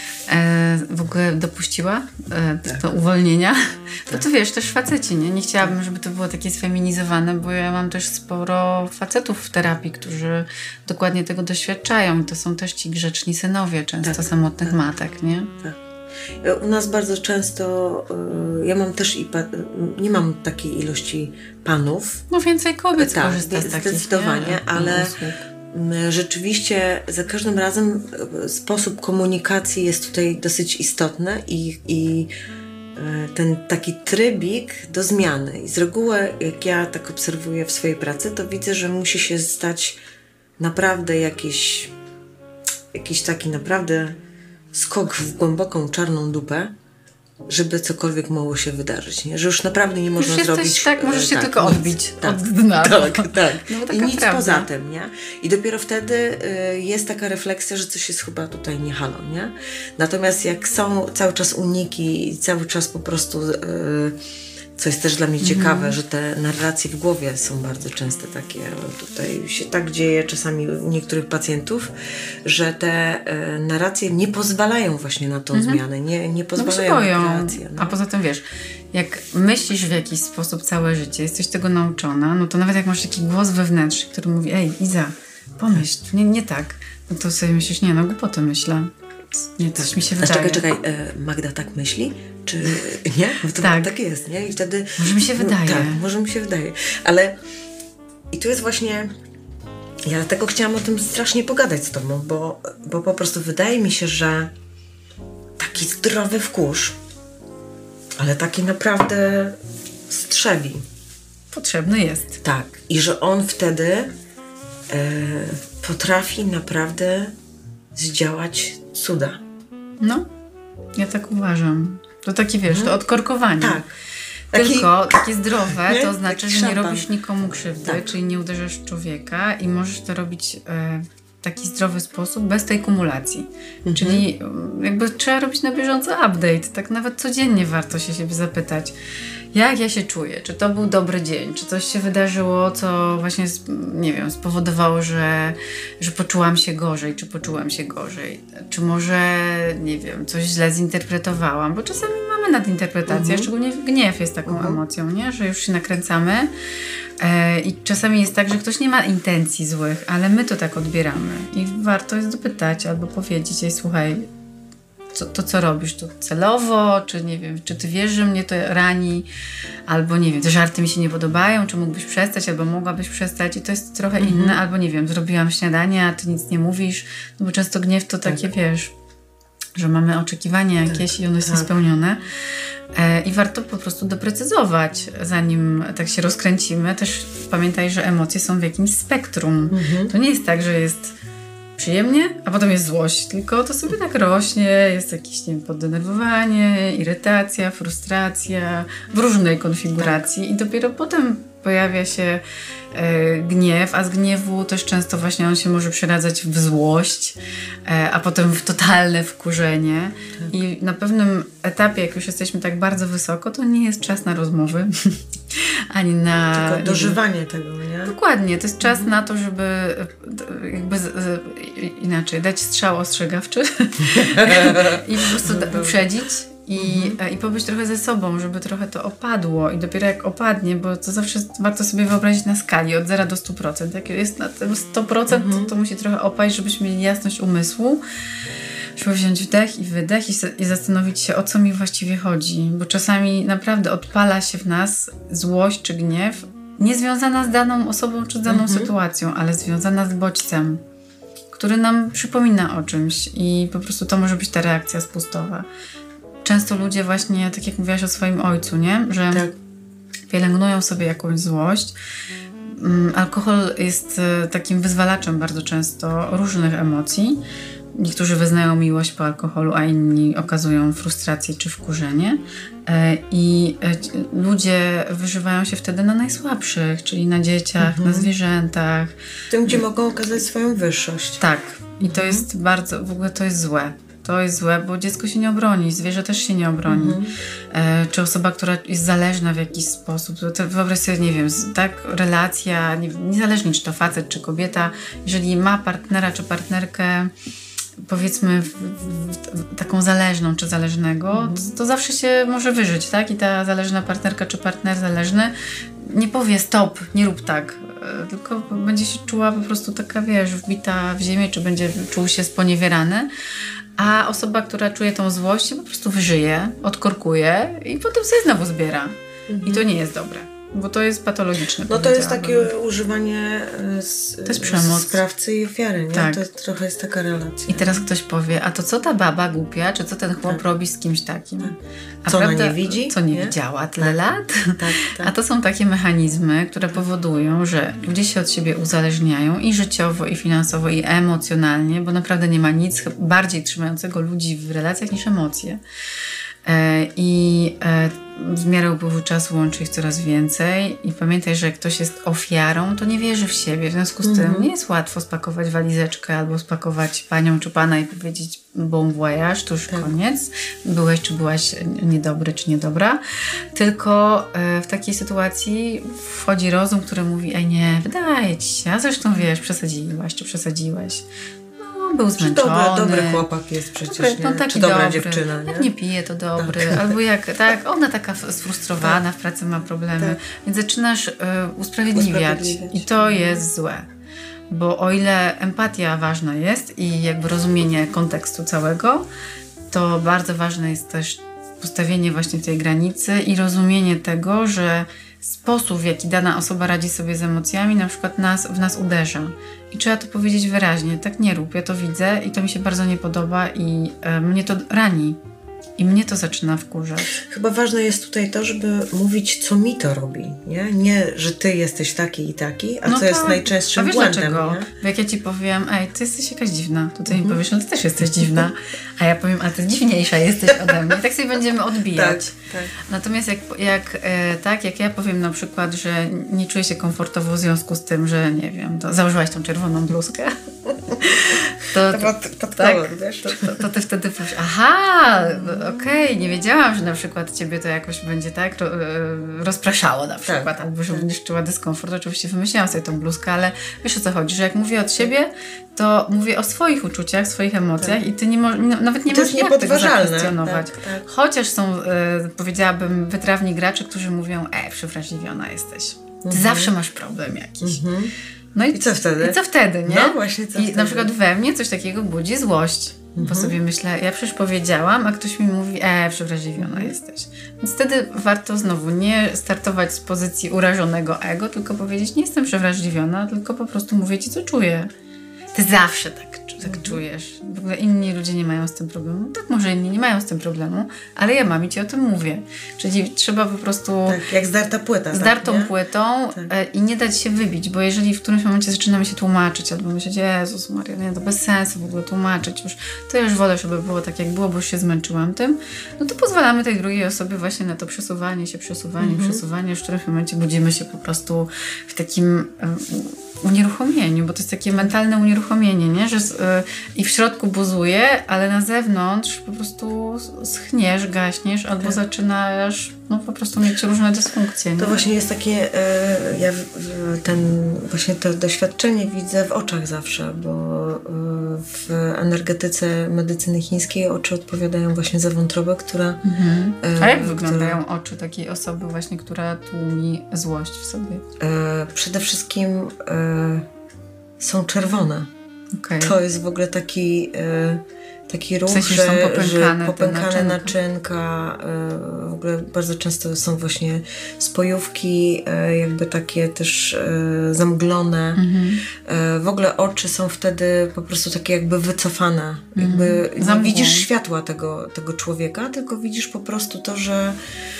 E, w ogóle dopuściła e, tak. to uwolnienia. Tak. No to wiesz, też faceci, nie? Nie chciałabym, żeby to było takie sfeminizowane, bo ja mam też sporo facetów w terapii, którzy dokładnie tego doświadczają. To są też ci grzeczni synowie, często tak. samotnych tak. matek, nie? Tak. U nas bardzo często, ja mam też i pa, nie mam takiej ilości panów. No więcej kobiet tak, korzysta z takich, zdecydowanie, nie? ale rzeczywiście za każdym razem sposób komunikacji jest tutaj dosyć istotny i, i ten taki trybik do zmiany. I z reguły, jak ja tak obserwuję w swojej pracy, to widzę, że musi się stać naprawdę jakiś, jakiś taki naprawdę skok w głęboką czarną dupę, żeby cokolwiek mogło się wydarzyć, nie? Że już naprawdę nie można już jesteś, zrobić... Tak, możesz się tak, tylko nic, odbić tak, od dna. Tak, tak. No, I nic prawda. poza tym, nie? I dopiero wtedy y, jest taka refleksja, że coś jest chyba tutaj nie halo, nie? Natomiast jak są cały czas uniki i cały czas po prostu... Y, co jest też dla mnie ciekawe, mm. że te narracje w głowie są bardzo częste takie. Tutaj się tak dzieje czasami u niektórych pacjentów, że te y, narracje nie pozwalają właśnie na tą mm-hmm. zmianę, nie, nie pozwalają no, na kreację. No. A poza tym wiesz, jak myślisz w jakiś sposób całe życie, jesteś tego nauczona, no to nawet jak masz taki głos wewnętrzny, który mówi, ej Iza, pomyśl, nie, nie tak, no to sobie myślisz, nie no, głupotę myślę. Nie, coś mi się wydaje. A czekaj, czekaj, Magda tak myśli? Czy nie? Bo to tak. tak jest, nie? I wtedy... Może mi się wydaje. Tak, może mi się wydaje. Ale i tu jest właśnie... Ja dlatego chciałam o tym strasznie pogadać z tobą, bo, bo po prostu wydaje mi się, że taki zdrowy wkurz, ale taki naprawdę strzewi. Potrzebny jest. Tak. I że on wtedy e, potrafi naprawdę zdziałać cuda. No, ja tak uważam. To takie, wiesz, to odkorkowanie. Tak. Tylko taki, takie zdrowe, nie? to znaczy, taki że szampan. nie robisz nikomu krzywdy, tak. czyli nie uderzasz człowieka i możesz to robić e, w taki zdrowy sposób, bez tej kumulacji. Mhm. Czyli jakby trzeba robić na bieżąco update. Tak nawet codziennie warto się siebie zapytać, jak ja się czuję, czy to był dobry dzień, czy coś się wydarzyło, co właśnie, nie wiem, spowodowało, że, że poczułam się gorzej, czy poczułam się gorzej, czy może, nie wiem, coś źle zinterpretowałam, bo czasami mamy nadinterpretację, mhm. szczególnie gniew jest taką mhm. emocją, nie? Że już się nakręcamy e, i czasami jest tak, że ktoś nie ma intencji złych, ale my to tak odbieramy i warto jest dopytać albo powiedzieć jej, słuchaj, Co, to co robisz, to celowo, czy nie wiem, czy ty wiesz, że mnie to rani, albo nie wiem, te żarty mi się nie podobają, czy mógłbyś przestać, albo mogłabyś przestać i to jest trochę mm-hmm. inne, albo nie wiem, zrobiłam śniadanie, a ty nic nie mówisz, no bo często gniew to takie, tak. wiesz, że mamy oczekiwania jakieś tak, i one są tak. spełnione e, i warto po prostu doprecyzować, zanim tak się rozkręcimy. Też pamiętaj, że emocje są w jakimś spektrum. Mm-hmm. To nie jest tak, że jest przyjemnie, a potem jest złość, tylko to sobie tak rośnie, jest jakieś, nie wiem, poddenerwowanie, irytacja, frustracja w różnej konfiguracji tak. i dopiero potem pojawia się e, gniew, a z gniewu też często właśnie on się może przeradzać w złość, e, a potem w totalne wkurzenie tak. i na pewnym etapie, jak już jesteśmy tak bardzo wysoko, to nie jest czas na rozmowy, ani na... Tylko dożywanie tego, nie? Dokładnie, to jest czas mhm. na to, żeby jakby z, z, inaczej, dać strzał ostrzegawczy i po prostu no, uprzedzić i, mhm. i pobyć trochę ze sobą, żeby trochę to opadło i dopiero jak opadnie, bo to zawsze warto sobie wyobrazić na skali od zera do stu procent. Jak jest na tym sto procent, mhm. to, to musi trochę opaść, żebyśmy mieli jasność umysłu, żeby wziąć wdech i wydech i, i zastanowić się, o co mi właściwie chodzi, bo czasami naprawdę odpala się w nas złość czy gniew, nie związana z daną osobą czy z daną mhm. sytuacją, ale związana z bodźcem, który nam przypomina o czymś i po prostu to może być ta reakcja spustowa. Często ludzie właśnie, tak jak mówiłaś o swoim ojcu, nie? Że tak. pielęgnują sobie jakąś złość. Alkohol jest takim wyzwalaczem bardzo często różnych emocji. Niektórzy wyznają miłość po alkoholu, a inni okazują frustrację czy wkurzenie. I ludzie wyżywają się wtedy na najsłabszych, czyli na dzieciach, mhm. na zwierzętach. Tym, gdzie mogą okazać swoją wyższość. Tak. I to jest bardzo, w ogóle to jest złe. To jest złe, bo dziecko się nie obroni, zwierzę też się nie obroni. Mhm. E, czy osoba, która jest zależna w jakiś sposób. To, to wyobraź sobie, nie wiem, tak, relacja, nie, niezależnie czy to facet, czy kobieta, jeżeli ma partnera czy partnerkę, powiedzmy w, w, w, taką zależną czy zależnego, mhm. to, to zawsze się może wyżyć, tak? I ta zależna partnerka czy partner zależny nie powie stop, nie rób tak, tylko będzie się czuła po prostu taka, wiesz, wbita w ziemię, czy będzie czuł się sponiewierany. A osoba, która czuje tą złość, po prostu wyżyje, odkorkuje i potem sobie znowu zbiera. Mhm. I to nie jest dobre. Bo to jest patologiczne. No to jest takie używanie z, to jest przemoc. sprawcy i ofiary, nie? Tak. To jest, trochę jest taka relacja. I teraz ktoś powie, a to co ta baba głupia, czy co ten chłop tak. robi z kimś takim? Tak. A co prawda, ona nie widzi? Co nie, nie? widziała tyle tak. lat? Tak, tak. A to są takie mechanizmy, które powodują, że ludzie się od siebie uzależniają i życiowo, i finansowo, i emocjonalnie, bo naprawdę nie ma nic bardziej trzymającego ludzi w relacjach niż emocje. I w miarę upływu czasu łączy ich coraz więcej i pamiętaj, że jak ktoś jest ofiarą, to nie wierzy w siebie. W związku z tym mm-hmm. nie jest łatwo spakować walizeczkę albo spakować panią czy pana i powiedzieć bon voyage, to już tak. koniec. Byłeś czy byłaś niedobry czy niedobra. Tylko w takiej sytuacji wchodzi rozum, który mówi, ej nie, wydaje ci się, a zresztą wiesz, przesadziłaś czy przesadziłeś. Był zmęczony. Dobry, dobry chłopak jest przecież, dobry, no taki czy dobra dobry. dziewczyna, nie? Jak nie pije, to dobry. Tak. Albo jak, tak, ona taka sfrustrowana, tak. w pracy ma problemy. Tak. Więc zaczynasz y, usprawiedliwiać. usprawiedliwiać. I to jest złe. Bo o ile empatia ważna jest i jakby rozumienie kontekstu całego, to bardzo ważne jest też postawienie właśnie tej granicy i rozumienie tego, że sposób, w jaki dana osoba radzi sobie z emocjami, na przykład nas, w nas uderza. I trzeba to powiedzieć wyraźnie. Tak nie rób, ja to widzę i to mi się bardzo nie podoba i e, mnie to rani. I mnie to zaczyna wkurzać. Chyba ważne jest tutaj to, żeby mówić, co mi to robi. Nie, nie że ty jesteś taki i taki, a no co tak. jest najczęstszym a wiesz błędem. Dlaczego? Nie? Bo jak ja ci powiem, ej, ty jesteś jakaś dziwna, to ty mm-hmm. mi powiesz, no ty też jesteś dziwna. A ja powiem, a ty dziwniejsza jesteś ode mnie. I tak sobie będziemy odbijać. Tak, tak. Natomiast jak, jak, e, tak, jak ja powiem na przykład, że nie czuję się komfortowo w związku z tym, że nie wiem, to założyłaś tą czerwoną bluzkę. To, to, pod, pod tak, kolor, wiesz? To, to, to ty wtedy powiesz, aha, okej, okay, nie wiedziałam, że na przykład ciebie to jakoś będzie tak ro, rozpraszało na przykład, tak, albo że tak. będziesz czuła dyskomfort. Oczywiście wymyśliłam sobie tą bluzkę, ale wiesz o co chodzi, że jak mówię od siebie, to mówię o swoich uczuciach, swoich emocjach tak. i ty nie mo- nawet nie możesz jak tego zakwestionować. Tak, tak. Chociaż są, y, powiedziałabym, wytrawni gracze, którzy mówią, e, przewrażliwiona jesteś. Ty mhm. zawsze masz problem jakiś. Mhm. No i, I co wtedy? I co wtedy, nie? No właśnie, co I wtedy? na przykład we mnie coś takiego budzi złość. Mhm. Bo sobie myślę, ja przecież powiedziałam, a ktoś mi mówi, e, przewrażliwiona mhm. jesteś. Więc wtedy warto znowu nie startować z pozycji urażonego ego, tylko powiedzieć, nie jestem przewrażliwiona, tylko po prostu mówię ci, co czuję. Ty zawsze tak, tak mhm. czujesz. W ogóle inni ludzie nie mają z tym problemu. Tak, może inni nie mają z tym problemu, ale ja mam i ci o tym mówię. Czyli trzeba po prostu... Tak, jak zdarta płyta. Zdartą tak, płytą tak. i nie dać się wybić, bo jeżeli w którymś momencie zaczynamy się tłumaczyć, albo myśleć, Jezus Maria, nie, to bez sensu w ogóle tłumaczyć już, to ja już wolę, żeby było tak, jak było, bo już się zmęczyłam tym, no to pozwalamy tej drugiej osobie właśnie na to przesuwanie się, przesuwanie, mhm. przesuwanie, już w którymś momencie budzimy się po prostu w takim um, unieruchomieniu, bo to jest takie mentalne unieruchomienie, nie? Że z, y, i w środku buzuje, ale na zewnątrz po prostu schniesz, gaśniesz, albo tak. zaczynasz no po prostu mieć różne dysfunkcje. Nie? To właśnie jest takie, y, ja ten, właśnie to doświadczenie widzę w oczach zawsze, bo y, w energetyce medycyny chińskiej oczy odpowiadają właśnie za wątrobę, która... Mhm. Y, A jak która, wyglądają oczy takiej osoby właśnie, która tłumi złość w sobie? Y, przede wszystkim y, są czerwone. Okay. To jest w ogóle taki... Y, Taki ruch, w sensie, że, są popękane, że popękane naczynka, naczynka w ogóle bardzo często są właśnie spojówki, jakby takie też zamglone. Mm-hmm. W ogóle oczy są wtedy po prostu takie jakby wycofane. Mm-hmm. Jakby nie widzisz światła tego, tego człowieka, tylko widzisz po prostu to, że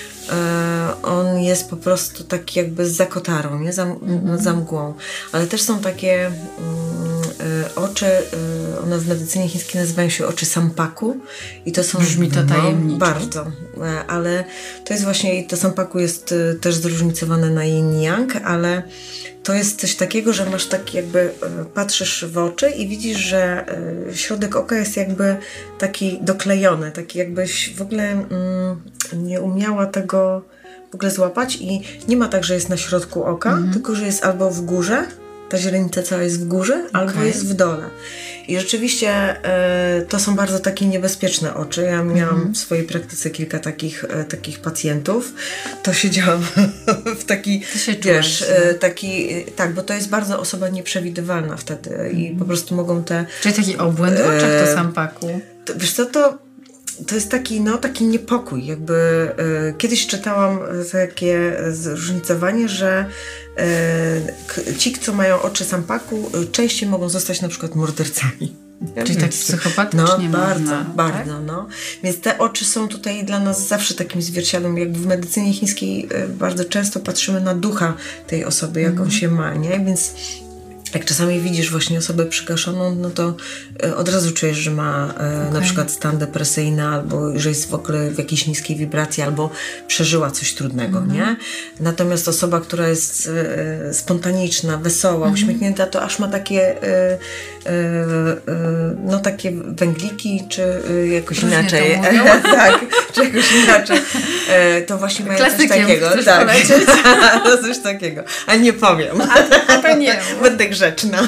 on jest po prostu taki jakby za kotarą, nie? Za, mm-hmm. za mgłą. Ale też są takie mm, oczy, one w medycynie chińskiej nazywają się oczy sampaku i to są... Brzmi to tajemniczo. No, bardzo, ale to jest właśnie, to sampaku jest też zróżnicowane na yin-yang, ale to jest coś takiego, że masz tak jakby, patrzysz w oczy i widzisz, że środek oka jest jakby taki doklejony, taki jakbyś w ogóle mm, nie umiała tego w ogóle złapać i nie ma tak, że jest na środku oka, mm-hmm. tylko że jest albo w górze, ta źrenica cała jest w górze, okay. albo jest w dole. I rzeczywiście y, to są bardzo takie niebezpieczne oczy. Ja miałam mm-hmm. w swojej praktyce kilka takich, y, takich pacjentów. To siedziałam w taki, wiesz, y, taki, y, tak, bo to jest bardzo osoba nieprzewidywalna wtedy mm-hmm. i po prostu mogą te... Czyli taki obłęd w oczach to sampaku. To, wiesz co, to, to jest taki, no, taki niepokój. Jakby y, kiedyś czytałam takie zróżnicowanie, że y, ci, co mają oczy sampaku, y, częściej mogą zostać na przykład mordercami. Ja Czyli tak psychopatycznie no, bardzo, można, bardzo, tak? no. Więc te oczy są tutaj dla nas zawsze takim zwierciadłem. Jakby w medycynie chińskiej y, bardzo często patrzymy na ducha tej osoby, jak mm. on się ma, nie? Więc jak czasami widzisz właśnie osobę przygaszoną, no to y, od razu czujesz, że ma y, okay. na przykład stan depresyjny, albo że jest w ogóle w jakiejś niskiej wibracji, albo przeżyła coś trudnego, mm-hmm. nie? Natomiast osoba, która jest y, spontaniczna, wesoła, mm-hmm. uśmiechnięta, to aż ma takie y, y, y, no takie węgliki, czy y, jakoś Różnie inaczej. tak, czy jakoś inaczej. Y, to właśnie mają Klasykiem coś takiego. Tak. coś takiego. A nie powiem. A, a to nie. Będę grzeczna.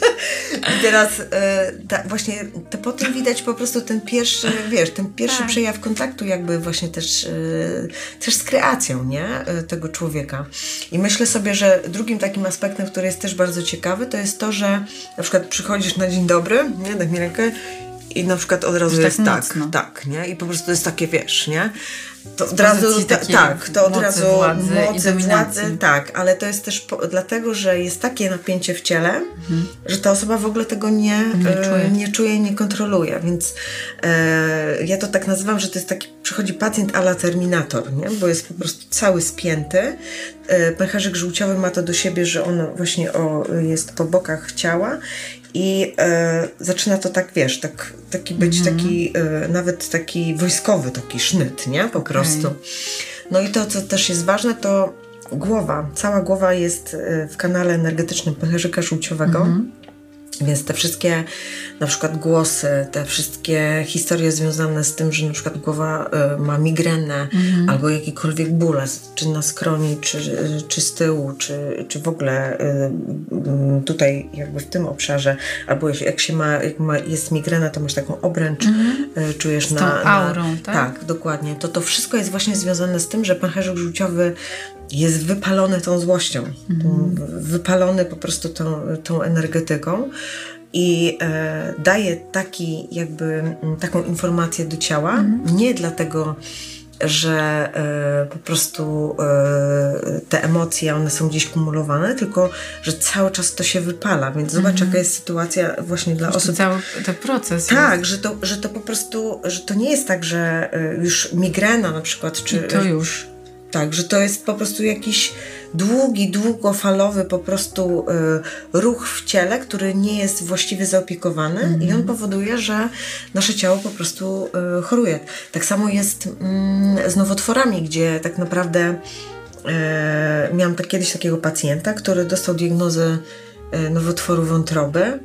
I teraz e, ta, właśnie to po tym widać po prostu ten pierwszy, wiesz, ten pierwszy tak. przejaw kontaktu jakby właśnie też, e, też z kreacją, nie? E, tego człowieka. I myślę sobie, że drugim takim aspektem, który jest też bardzo ciekawy, to jest to, że na przykład przychodzisz na dzień dobry, nie? Daj mi rękę i na przykład od razu jest tak, tak, tak, nie? I po prostu to jest takie, wiesz, nie? To od razu, ta, tak, to od razu władzy mocy, władzy, tak, ale to jest też po, dlatego, że jest takie napięcie w ciele, mhm. że ta osoba w ogóle tego nie, nie, e, czuje. nie czuje i nie kontroluje, więc e, ja to tak nazywam, że to jest taki, przychodzi pacjent a la Terminator, nie? Bo jest po prostu cały spięty, e, pęcherzyk żółciowy ma to do siebie, że on właśnie o, jest po bokach ciała i e, zaczyna to tak, wiesz, tak, taki być mm-hmm. taki, e, nawet taki wojskowy, taki sznyt, nie? Po okay. prostu. No i to, co też jest ważne, to głowa. Cała głowa jest e, w kanale energetycznym pęcherzyka żółciowego. Mm-hmm. Więc te wszystkie na przykład głosy, te wszystkie historie związane z tym, że na przykład głowa y, ma migrenę mm-hmm. albo jakikolwiek bóle, czy na skroni, czy, czy z tyłu, czy, czy w ogóle y, y, tutaj jakby w tym obszarze, albo jak się ma, jak ma jest migrena, to masz taką obręcz, mm-hmm. y, czujesz z tą na, aurą, na... tak? Tak, dokładnie. To to wszystko jest właśnie związane z tym, że pęcherzyk żółciowy jest wypalony tą złością, mm. tą, wypalony po prostu tą, tą energetyką i e, daje taki jakby taką informację do ciała, mm. nie dlatego, że e, po prostu e, te emocje, one są gdzieś kumulowane, tylko, że cały czas to się wypala, więc zobacz, mm. jaka jest sytuacja właśnie dla osób. Cały ten proces. Tak, jest. że to, że to po prostu, że to nie jest tak, że już migrena na przykład, czy... I to już... Tak, że to jest po prostu jakiś długi, długofalowy po prostu y, ruch w ciele, który nie jest właściwie zaopiekowany mm-hmm. i on powoduje, że nasze ciało po prostu y, choruje. Tak samo jest y, z nowotworami, gdzie tak naprawdę y, miałam tak kiedyś takiego pacjenta, który dostał diagnozę y, nowotworu wątroby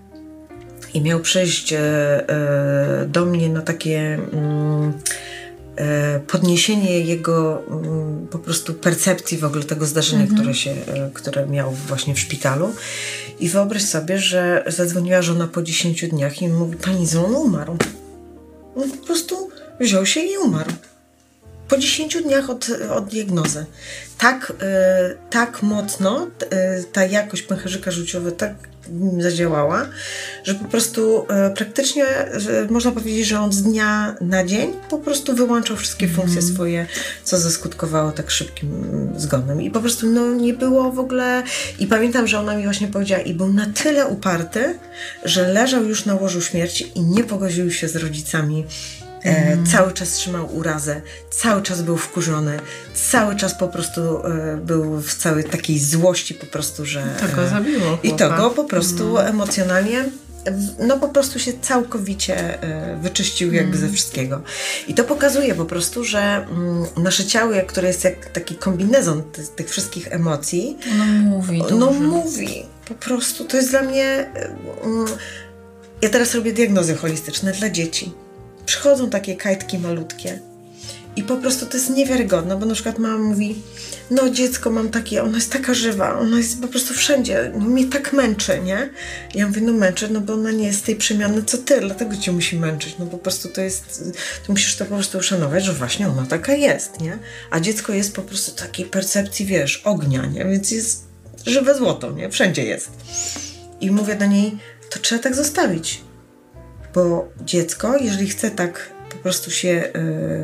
i miał przyjść y, y, do mnie na takie... Y, podniesienie jego po prostu percepcji w ogóle tego zdarzenia, mm-hmm. które się, które miał właśnie w szpitalu. I wyobraź sobie, że zadzwoniła żona po dziesięciu dniach i mówi: pani, on umarł. On po prostu wziął się i umarł. Po dziesięciu dniach od, od diagnozy. Tak, y, tak mocno y, ta jakość pęcherzyka żółciowego tak zadziałała, że po prostu e, praktycznie że można powiedzieć, że on z dnia na dzień po prostu wyłączał wszystkie mm. funkcje swoje, co zaskutkowało tak szybkim zgonem. I po prostu no, nie było w ogóle... I pamiętam, że ona mi właśnie powiedziała, i był na tyle uparty, że leżał już na łożu śmierci i nie pogodził się z rodzicami. E, mm. Cały czas trzymał urazę, cały czas był wkurzony, cały czas po prostu e, był w całej takiej złości po prostu, że... To go zabiło chłopa. I to go po prostu mm. emocjonalnie, no po prostu się całkowicie e, wyczyścił jakby mm. ze wszystkiego. I to pokazuje po prostu, że mm, nasze ciało, jak, które jest jak taki kombinezon ty, tych wszystkich emocji, no mówi dużo. No mówi, po prostu. To jest dla mnie... Mm, ja teraz robię diagnozy holistyczne dla dzieci. Przychodzą takie kajtki malutkie i po prostu to jest niewiarygodne, bo na przykład mama mówi: no dziecko mam takie, ona jest taka żywa, ona jest po prostu wszędzie, no, mnie tak męczy, nie? Ja mówię: no męczy, no bo ona nie jest tej przemiany co ty, dlatego cię musi męczyć, no po prostu to jest, ty musisz to po prostu uszanować, że właśnie ona taka jest, nie? A dziecko jest po prostu takiej percepcji, wiesz, ognia, nie? Więc jest żywe złoto, nie? Wszędzie jest. I mówię do niej: to trzeba tak zostawić. Bo dziecko, jeżeli chce tak po prostu się yy,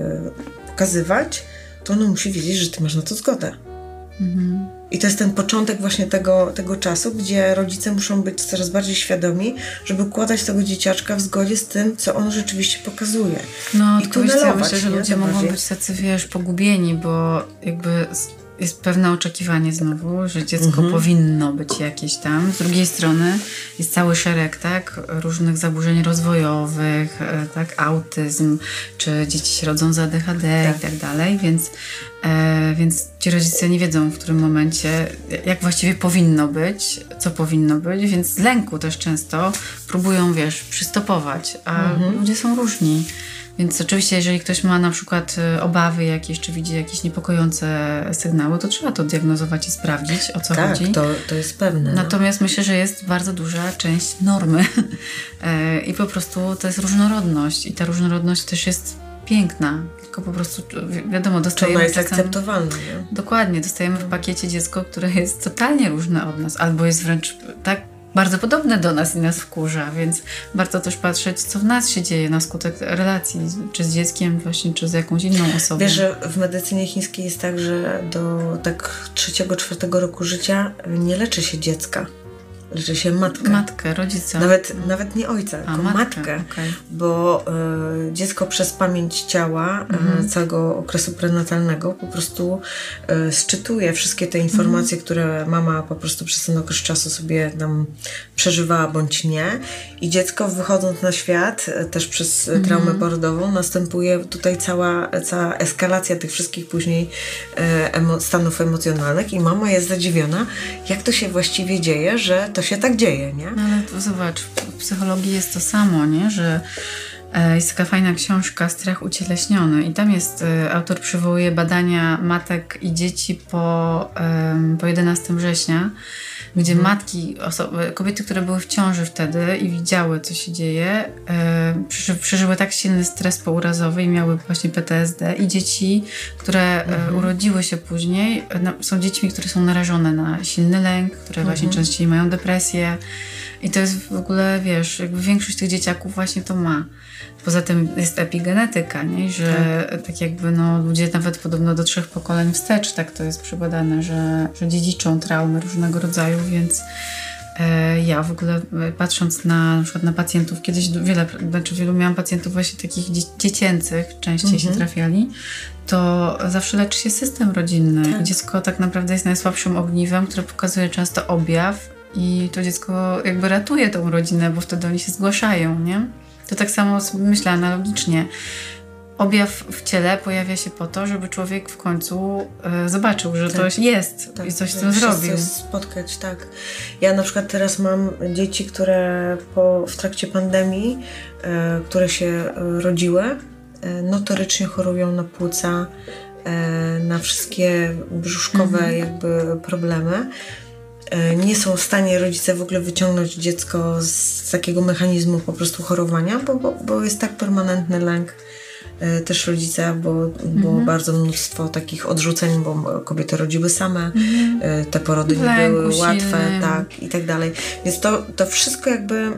pokazywać, to ono musi wiedzieć, że ty masz na to zgodę. Mhm. I to jest ten początek właśnie tego, tego czasu, gdzie rodzice muszą być coraz bardziej świadomi, żeby układać tego dzieciaczka w zgodzie z tym, co on rzeczywiście pokazuje. No, i tu ja myślę, że ludzie mogą bardziej. być tacy, wiesz, pogubieni, bo jakby jest pewne oczekiwanie znowu, że dziecko mhm. powinno być jakieś tam. Z drugiej strony jest cały szereg, tak, różnych zaburzeń rozwojowych, tak, autyzm, czy dzieci się rodzą z A D H D tak. i tak dalej, więc, e, więc ci rodzice nie wiedzą, w którym momencie, jak właściwie powinno być, co powinno być, więc z lęku też często próbują, wiesz, przystopować, a mhm. ludzie są różni. Więc oczywiście, jeżeli ktoś ma na przykład obawy jakieś, czy widzi jakieś niepokojące sygnały, to trzeba to diagnozować i sprawdzić, o co tak, chodzi. Tak, to, to jest pewne. Natomiast no. myślę, że jest bardzo duża część normy i po prostu to jest różnorodność i ta różnorodność też jest piękna, tylko po prostu wi- wiadomo, dostajemy... To ona jest czasem, akceptowalne, nie? Dokładnie, dostajemy w pakiecie dziecko, które jest totalnie różne od nas, albo jest wręcz tak bardzo podobne do nas i nas wkurza, więc warto też patrzeć, co w nas się dzieje na skutek relacji, czy z dzieckiem właśnie, czy z jakąś inną osobą. Wiesz, że w medycynie chińskiej jest tak, że do tak trzeciego, czwartego roku życia nie leczy się dziecka. Leczy się matkę. Matkę, rodzica. Nawet, no. nawet nie ojca, A, tylko matkę, matkę. Okay. Bo y, dziecko przez pamięć ciała mhm. y, całego okresu prenatalnego po prostu y, sczytuje wszystkie te informacje, mhm. które mama po prostu przez ten okres czasu sobie tam przeżywała bądź nie. I dziecko wychodząc na świat, y, też przez mhm. traumę porodową, następuje tutaj cała, cała eskalacja tych wszystkich później y, emo- stanów emocjonalnych i mama jest zadziwiona, jak to się właściwie dzieje, że to się tak dzieje, nie? No ale to zobacz, w psychologii jest to samo, nie? Że e, jest taka fajna książka Strach ucieleśniony i tam jest, e, autor przywołuje badania matek i dzieci po, e, po jedenastego września, gdzie hmm. matki, osoby, kobiety, które były w ciąży wtedy i widziały, co się dzieje, e, przeży, przeżyły tak silny stres pourazowy i miały właśnie P T S D i dzieci, które hmm. e, urodziły się później, no, są dziećmi, które są narażone na silny lęk, które hmm. właśnie częściej mają depresję i to jest w ogóle, wiesz, jakby większość tych dzieciaków właśnie to ma. Poza tym jest epigenetyka, nie? Że tak. tak jakby no, ludzie nawet podobno do trzech pokoleń wstecz, tak to jest przebadane, że, że dziedziczą traumy różnego rodzaju, więc e, ja w ogóle patrząc na, na przykład na pacjentów, kiedyś wiele, znaczy wielu miałam pacjentów właśnie takich dzie- dziecięcych, częściej mhm. się trafiali, to zawsze leczy się system rodzinny. Tak. Dziecko tak naprawdę jest najsłabszym ogniwem, które pokazuje często objaw i to dziecko jakby ratuje tą rodzinę, bo wtedy oni się zgłaszają, nie? To tak samo sobie myślę analogicznie. Objaw w ciele pojawia się po to, żeby człowiek w końcu y, zobaczył, że tak. to jest tak, i coś z tym zrobił. Spotkać, tak. Ja na przykład teraz mam dzieci, które po, w trakcie pandemii, y, które się rodziły, y, notorycznie chorują na płuca, y, na wszystkie brzuszkowe mhm. jakby problemy. Nie są w stanie rodzice w ogóle wyciągnąć dziecko z takiego mechanizmu po prostu chorowania, bo, bo, bo jest tak permanentny lęk też rodzica, bo było mhm. bardzo mnóstwo takich odrzuceń, bo kobiety rodziły same, mhm. te porody nie były łatwe, tak i tak dalej. Więc to, to wszystko jakby mm,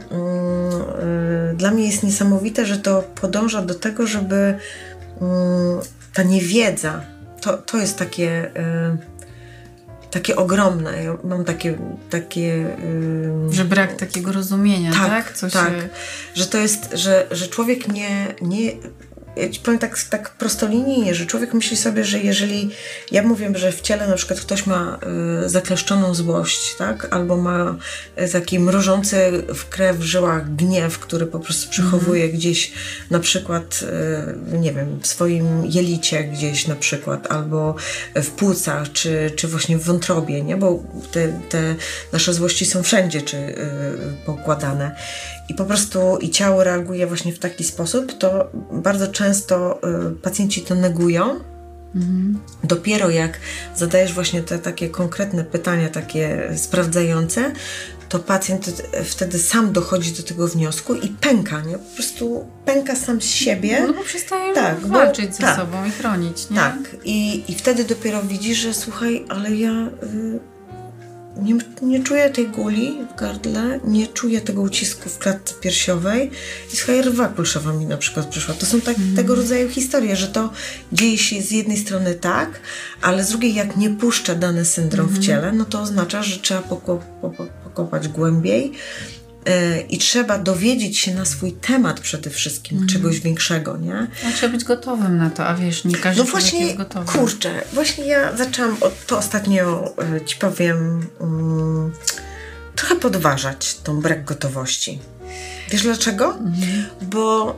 y, dla mnie jest niesamowite, że to podąża do tego, żeby mm, ta niewiedza, to, to jest takie... Y, takie ogromne. Ja mam takie... takie yy... Że brak takiego rozumienia, tak? tak? Co tak. Się... Że to jest, że, że człowiek nie... nie ja ci powiem tak, tak prostolinijnie, że człowiek myśli sobie, że jeżeli ja mówię, że w ciele na przykład ktoś ma y, zakleszczoną złość, tak? Albo ma y, taki mrożący w krew w żyłach gniew, który po prostu przechowuje mm. gdzieś na przykład, y, nie wiem, w swoim jelicie gdzieś na przykład, albo w płucach, czy, czy właśnie w wątrobie, nie? Bo te, te nasze złości są wszędzie czy y, pokładane. I po prostu i ciało reaguje właśnie w taki sposób, to bardzo często y, pacjenci to negują. Mhm. Dopiero jak zadajesz właśnie te takie konkretne pytania, takie sprawdzające, to pacjent wtedy sam dochodzi do tego wniosku i pęka, nie? Po prostu pęka sam z siebie. No bo przestaje tak, walczyć bo, ze tak, sobą i chronić, nie? Tak. I, i wtedy dopiero widzi, że słuchaj, ale ja... Y, nie, nie czuję tej guli w gardle, nie czuję tego ucisku w klatce piersiowej i słuchaj, rwa kulszowa mi na przykład przyszła. To są tak, mm. tego rodzaju historie, że to dzieje się z jednej strony tak, ale z drugiej jak nie puszcza dany syndrom mm. w ciele, no to oznacza, że trzeba poko- poko- pokopać głębiej yy, i trzeba dowiedzieć się na swój temat przede wszystkim, mm. czegoś większego, nie? No, trzeba być gotowym na to, a wiesz, nie każdy no właśnie, jest gotowy. Kurczę, właśnie ja zaczęłam od, to ostatnio, yy, ci powiem, yy, trochę podważać tą brak gotowości. Wiesz dlaczego? Mm. Bo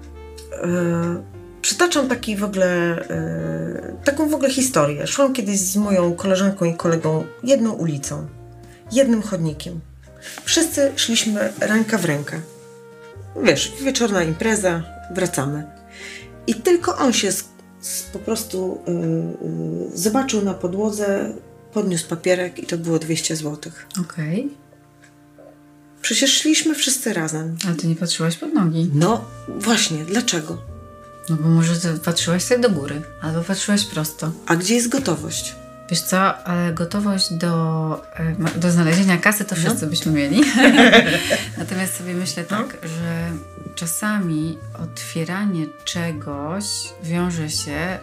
yy, przytaczam taki w ogóle, yy, taką w ogóle historię. Szłam kiedyś z moją koleżanką i kolegą jedną ulicą, jednym chodnikiem. Wszyscy szliśmy ręka w rękę. Wiesz, wieczorna impreza, wracamy. I tylko on się z, z, po prostu yy, yy, zobaczył na podłodze, podniósł papierek i to było dwieście złotych. Okej. Okay. Przecież szliśmy wszyscy razem. Ale ty nie patrzyłaś pod nogi. No właśnie, dlaczego? No bo może ty patrzyłaś sobie do góry, albo patrzyłaś prosto. A gdzie jest gotowość? Wiesz co, ale gotowość do, do znalezienia kasy to wszyscy no. byśmy mieli. Natomiast sobie myślę tak, no. że czasami otwieranie czegoś wiąże się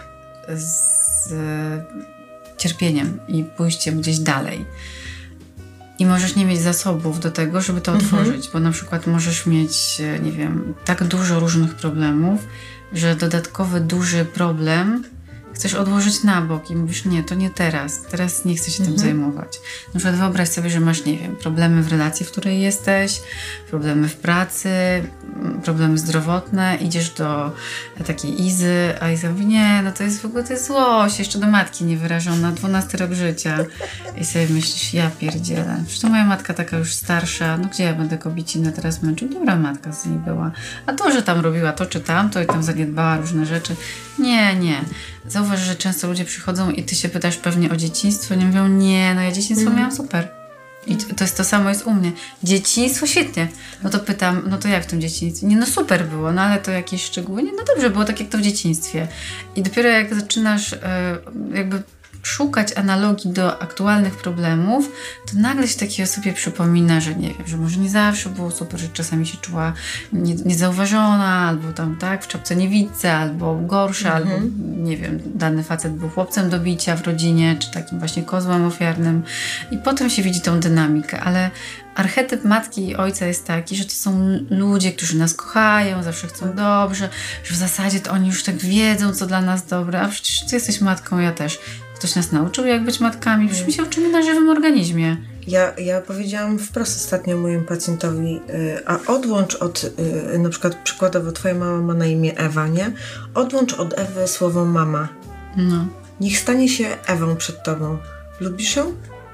z cierpieniem i pójściem gdzieś dalej. I możesz nie mieć zasobów do tego, żeby to otworzyć, mhm. bo na przykład możesz mieć, nie wiem, tak dużo różnych problemów, że dodatkowy duży problem chcesz odłożyć na bok i mówisz, nie, to nie teraz, teraz nie chcę się mhm. tym zajmować. Na przykład wyobraź sobie, że masz, nie wiem, problemy w relacji, w której jesteś, problemy w pracy, problemy zdrowotne, idziesz do takiej Izy, a Iza mówi, nie, no to jest w ogóle to jest złość, jeszcze do matki niewyrażona, dwunasty rok życia. I sobie myślisz, ja pierdzielę, przecież to moja matka taka już starsza, no gdzie ja będę kobicinę teraz męczył? Dobra matka z niej była. A to, że tam robiła to czy tamto i tam zaniedbała różne rzeczy, nie, nie. Zauważ, że często ludzie przychodzą i ty się pytasz pewnie o dzieciństwo, nie mówią, nie, no ja dzieciństwo mm. miałam super. I to jest to samo jest u mnie. Dzieciństwo świetnie. No to pytam, no to jak w tym dzieciństwie? Nie, no super było, no ale to jakieś szczegóły? Nie, no dobrze, było tak jak to w dzieciństwie. I dopiero jak zaczynasz yy, jakby szukać analogii do aktualnych problemów, to nagle się takiej osobie przypomina, że nie wiem, że może nie zawsze było super, że czasami się czuła nie, niezauważona, albo tam tak, w czapce niewidce, albo gorsza, mhm. albo nie wiem, dany facet był chłopcem do bicia w rodzinie, czy takim właśnie kozłem ofiarnym i potem się widzi tą dynamikę, ale archetyp matki i ojca jest taki, że to są ludzie, którzy nas kochają, zawsze chcą dobrze, że w zasadzie to oni już tak wiedzą, co dla nas dobre, a przecież ty jesteś matką, ja też. Ktoś nas nauczył, jak być matkami. Przecież my się uczymy na żywym organizmie. Ja, ja powiedziałam wprost ostatnio mojemu pacjentowi, yy, a odłącz od, yy, na przykład przykładowo twoja mama ma na imię Ewa, nie? Odłącz od Ewy słowo mama. No. Niech stanie się Ewą przed tobą. Lubisz ją?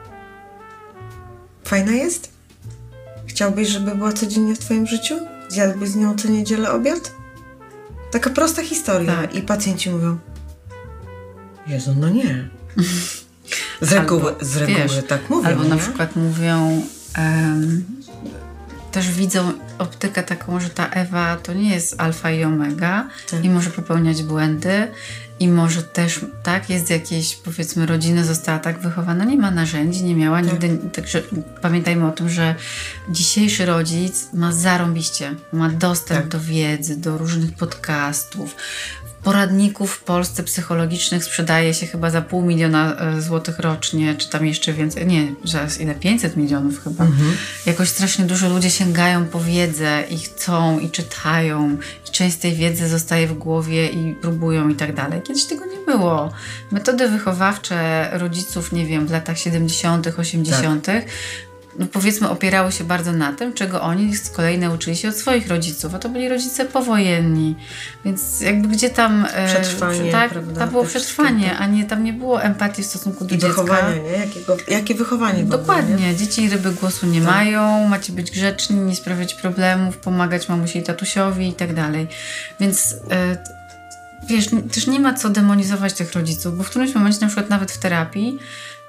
Fajna jest? Chciałbyś, żeby była codziennie w twoim życiu? Zjadłbyś z nią co niedzielę obiad? Taka prosta historia. Tak. I pacjenci mówią, Jezu, no nie. Z reguły, albo, z reguły wiesz, tak mówią. Albo nie? na przykład mówią, um, też widzą optykę taką, że ta Ewa to nie jest alfa i omega tak. i może popełniać błędy i może też, tak, jest z jakiejś, powiedzmy, rodziny została tak wychowana, nie ma narzędzi, nie miała tak. nigdy, także pamiętajmy o tym, że dzisiejszy rodzic ma zarąbiście, ma dostęp tak. do wiedzy, do różnych podcastów, poradników w Polsce psychologicznych sprzedaje się chyba za pół miliona złotych rocznie, czy tam jeszcze więcej, nie, zaraz ile, pięćset milionów chyba. Mhm. Jakoś strasznie dużo ludzie sięgają po wiedzę i chcą, i czytają, i część tej wiedzy zostaje w głowie i próbują i tak dalej. Kiedyś tego nie było. Metody wychowawcze rodziców, nie wiem, w latach siedemdziesiątych, osiemdziesiątych tak. no powiedzmy opierały się bardzo na tym, czego oni z kolei nauczyli się od swoich rodziców, a to byli rodzice powojenni, więc jakby gdzie tam przetrwanie, e, tak, prawda, tam było przetrwanie, tak. a nie tam nie było empatii w stosunku do I dziecka. wychowanie, nie? Jakiego, jakie wychowanie Dokładnie, ogóle, nie? dzieci ryby głosu nie tak. mają, macie być grzeczni, nie sprawiać problemów, pomagać mamusi i tatusiowi i tak dalej, więc e, wiesz, też nie ma co demonizować tych rodziców, bo w którymś momencie na przykład nawet w terapii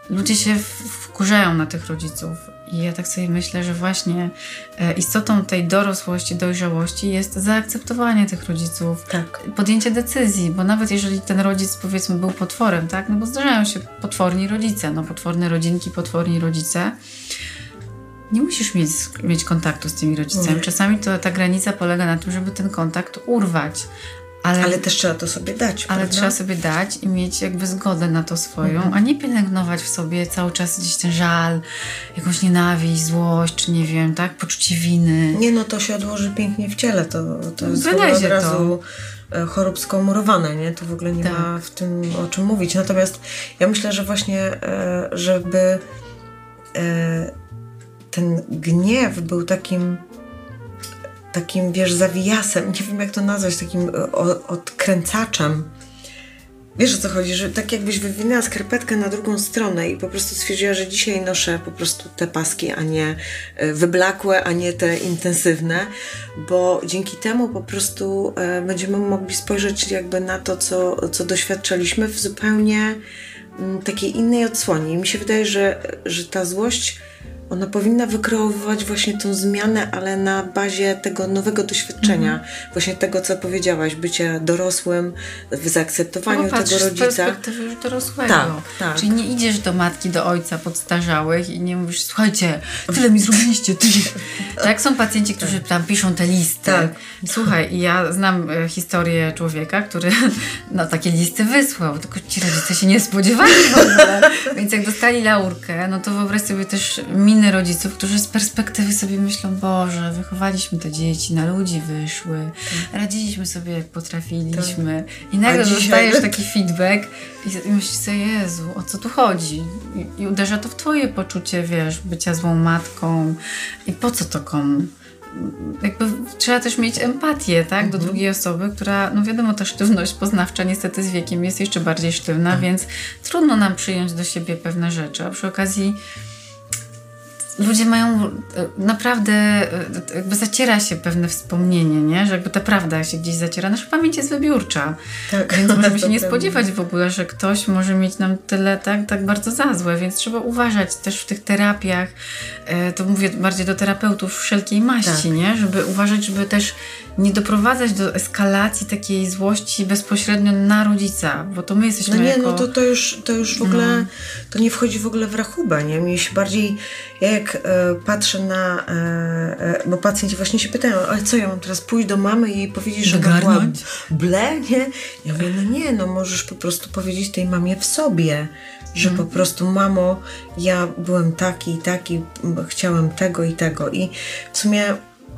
ludzie się wkurzają na tych rodziców. I ja tak sobie myślę, że właśnie istotą tej dorosłości, dojrzałości jest zaakceptowanie tych rodziców, tak. podjęcie decyzji, bo nawet jeżeli ten rodzic, powiedzmy, był potworem, tak, no bo zdarzają się potworni rodzice, no potworne rodzinki, potworni rodzice, nie musisz mieć, mieć kontaktu z tymi rodzicami. Czasami to, ta granica polega na tym, żeby ten kontakt urwać. Ale, ale też trzeba to sobie dać, Ale prawda? trzeba sobie dać i mieć jakby zgodę na to swoją, mhm. a nie pielęgnować w sobie cały czas gdzieś ten żal, jakąś nienawiść, złość, czy nie wiem, tak? Poczucie winy. Nie, no to się odłoży pięknie w ciele. To, to jest Wylezie od razu to. chorób skomurowane, nie? Tu w ogóle nie tak. ma w tym o czym mówić. Natomiast ja myślę, że właśnie żeby ten gniew był takim takim, wiesz, zawijasem, nie wiem jak to nazwać, takim odkręcaczem. Wiesz o co chodzi, że tak jakbyś wywinęła skarpetkę na drugą stronę i po prostu stwierdziła, że dzisiaj noszę po prostu te paski, a nie wyblakłe, a nie te intensywne, bo dzięki temu po prostu będziemy mogli spojrzeć jakby na to, co, co doświadczaliśmy w zupełnie takiej innej odsłonie. I mi się wydaje, że, że ta złość ona powinna wykreowywać właśnie tą zmianę, ale na bazie tego nowego doświadczenia, mhm. właśnie tego, co powiedziałaś, bycia dorosłym, w zaakceptowaniu no, tego rodzica. Z perspektywy już dorosłego. Tak, tak. Czyli nie idziesz do matki, do ojca podstarzałych i nie mówisz, słuchajcie, tyle mi zrobiliście, tyle. Tak, są pacjenci, którzy tam piszą te listy. Tak. Słuchaj, ja znam e, historię człowieka, który no, takie listy wysłał, tylko ci rodzice się nie spodziewali w ogóle. Więc jak dostali laurkę, no to wyobraź sobie też miny rodziców, którzy z perspektywy sobie myślą, Boże, wychowaliśmy te dzieci, na ludzi wyszły, tak. radziliśmy sobie jak potrafiliśmy tak. i nagle dzisiaj... dostajesz taki feedback i, i myślisz sobie, Jezu, o co tu chodzi? I, I uderza to w twoje poczucie, wiesz, bycia złą matką i po co to komu? Jakby trzeba też mieć empatię, tak, mhm. do drugiej osoby, która, no wiadomo, ta sztywność poznawcza niestety z wiekiem jest jeszcze bardziej sztywna, tak. więc trudno nam przyjąć do siebie pewne rzeczy, a przy okazji ludzie mają naprawdę, jakby zaciera się pewne wspomnienie, nie? Że jakby ta prawda się gdzieś zaciera. Nasza pamięć jest wybiórcza. Tak. Więc możemy się nie spodziewać w ogóle, że ktoś może mieć nam tyle tak, tak bardzo za złe, więc trzeba uważać też w tych terapiach, to mówię bardziej do terapeutów wszelkiej maści, tak. nie? Żeby uważać, żeby też nie doprowadzać do eskalacji takiej złości bezpośrednio na rodzica, bo to my jesteśmy No nie, jako... no to, to, już, to już w ogóle, no. to nie wchodzi w ogóle w rachubę, nie? Mnie się bardziej, ja jak e, patrzę na, e, bo pacjenci właśnie się pytają, ale co, ja mam teraz pójść do mamy i jej powiedzieć, że ona była ble, nie? Ja mówię, no nie, no możesz po prostu powiedzieć tej mamie w sobie, że hmm. po prostu, mamo, ja byłem taki i taki, chciałem tego i tego i w sumie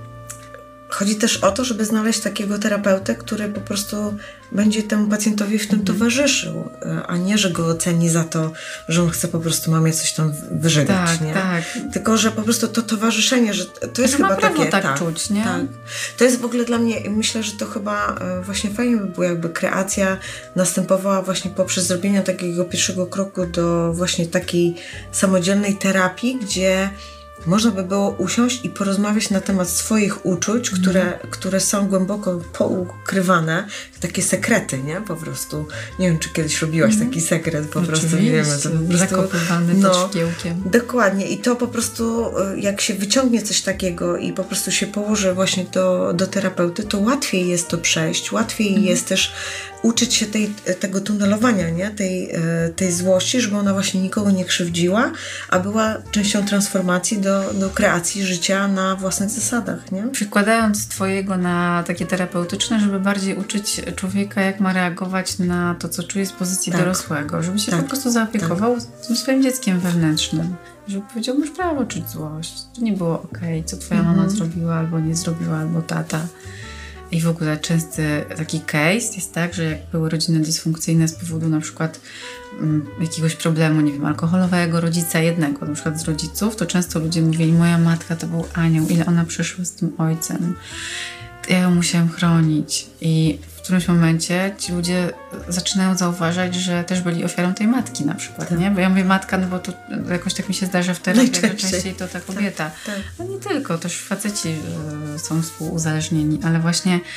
chodzi też o to, żeby znaleźć takiego terapeutę, który po prostu będzie temu pacjentowi w tym mm. towarzyszył, a nie, że go oceni za to, że on chce po prostu mamie coś tam wyżygać, tak, nie? Tak. Tylko, że po prostu to towarzyszenie, że to jest chyba takie... tak, tak czuć, nie? Tak. To jest w ogóle dla mnie, myślę, że to chyba właśnie fajnie by było, jakby kreacja następowała właśnie poprzez zrobienie takiego pierwszego kroku do właśnie takiej samodzielnej terapii, gdzie można by było usiąść i porozmawiać na temat swoich uczuć, mm. które, które są głęboko poukrywane, takie sekrety, nie? Po prostu. Nie wiem, czy kiedyś robiłaś mm. taki sekret, po Oczywiście, prostu, nie wiem, to po prostu... zakopywany no, pod szkiełkiem. Dokładnie. I to po prostu, jak się wyciągnie coś takiego i po prostu się położy właśnie do, do terapeuty, to łatwiej jest to przejść, łatwiej mm. jest też uczyć się tej, tego tunelowania, nie? Tej, tej złości, żeby ona właśnie nikogo nie krzywdziła, a była częścią transformacji do, do kreacji życia na własnych zasadach, nie? Przykładając twojego na takie terapeutyczne, żeby bardziej uczyć człowieka, jak ma reagować na to, co czuje z pozycji tak. dorosłego, żeby się tak. po prostu zaopiekował tak. tym swoim dzieckiem wewnętrznym. Żeby powiedział, masz prawo czuć złość. To nie było okej, okay, co twoja mhm. mama zrobiła, albo nie zrobiła, albo tata. I w ogóle częsty taki case jest tak, że jak były rodziny dysfunkcyjne z powodu na przykład um, jakiegoś problemu, nie wiem, alkoholowego, rodzica jednego, na przykład z rodziców, to często ludzie mówili, moja matka to był anioł, ile ona przeszła z tym ojcem. Ja ją musiałam chronić. I w którymś momencie ci ludzie zaczynają zauważać, że też byli ofiarą tej matki na przykład, tak. nie? Bo ja mówię matka, no bo to jakoś tak mi się zdarza w terapii, że częściej to ta kobieta. Tak, tak. No nie tylko, też faceci y, są współuzależnieni, ale właśnie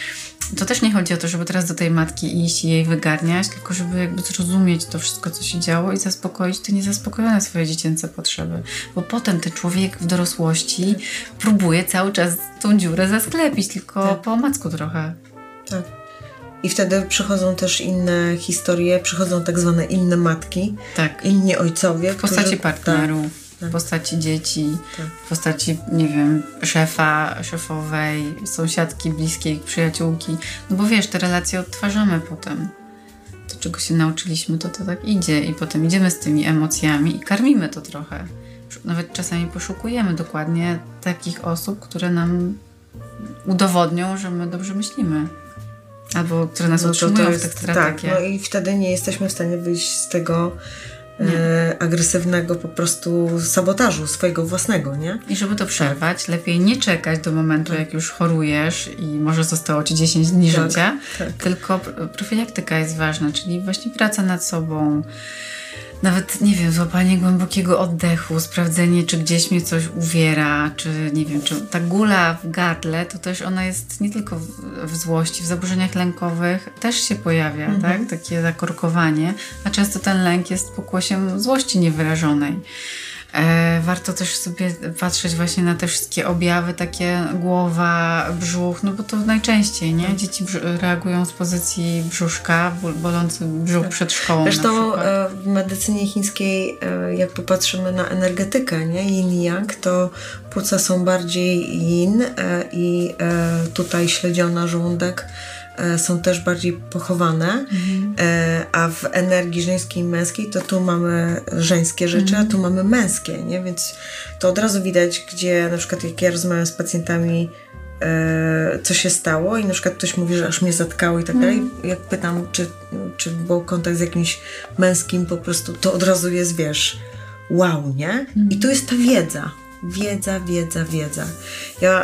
to też nie chodzi o to, żeby teraz do tej matki iść i jej wygarniać, tylko żeby jakby zrozumieć to wszystko, co się działo i zaspokoić te niezaspokojone swoje dziecięce potrzeby. Bo potem ten człowiek w dorosłości próbuje cały czas tą dziurę zasklepić, tylko tak. po omacku trochę. Tak. I wtedy przychodzą też inne historie, przychodzą tak zwane inne matki, tak. inni ojcowie. W postaci którzy, partnerów, tak, w postaci dzieci, tak. w postaci, nie wiem, szefa, szefowej, sąsiadki bliskiej, przyjaciółki. No bo wiesz, te relacje odtwarzamy potem. To, czego się nauczyliśmy, to to tak idzie i potem idziemy z tymi emocjami i karmimy to trochę. Nawet czasami poszukujemy dokładnie takich osób, które nam udowodnią, że my dobrze myślimy. Albo które nas no utrzymują to jest, w tych strategiach. Tak, no i wtedy nie jesteśmy w stanie wyjść z tego e, agresywnego po prostu sabotażu swojego własnego, nie? I żeby to przerwać, lepiej nie czekać do momentu, jak już chorujesz i może zostało ci dziesięć dni tak, życia, tak. tylko profilaktyka jest ważna, czyli właśnie praca nad sobą, nawet, nie wiem, złapanie głębokiego oddechu, sprawdzenie, czy gdzieś mnie coś uwiera, czy nie wiem, czy ta gula w gardle, to też ona jest nie tylko w, w złości, w zaburzeniach lękowych też się pojawia, mhm. tak? Takie zakorkowanie, a często ten lęk jest pokłosiem złości niewyrażonej. E, warto też sobie patrzeć właśnie na te wszystkie objawy, takie głowa, brzuch, no bo to najczęściej, nie? Dzieci reagują z pozycji brzuszka, ból, bolący brzuch przed szkołą. Zresztą w medycynie chińskiej, jak popatrzymy na energetykę, nie? Yin-yang, to płuca są bardziej yin i tutaj śledziona, żołądek są też bardziej pochowane, mhm. a w energii żeńskiej i męskiej to tu mamy żeńskie rzeczy, mhm. a tu mamy męskie, nie? Więc to od razu widać, gdzie na przykład jak ja rozmawiam z pacjentami, co się stało i na przykład ktoś mówi, że aż mnie zatkało i tak dalej. Mm. Jak pytam, czy, czy był kontakt z jakimś męskim, po prostu to od razu jest, wiesz, wow, nie? Mm. I tu jest ta wiedza. Wiedza, wiedza, wiedza. Ja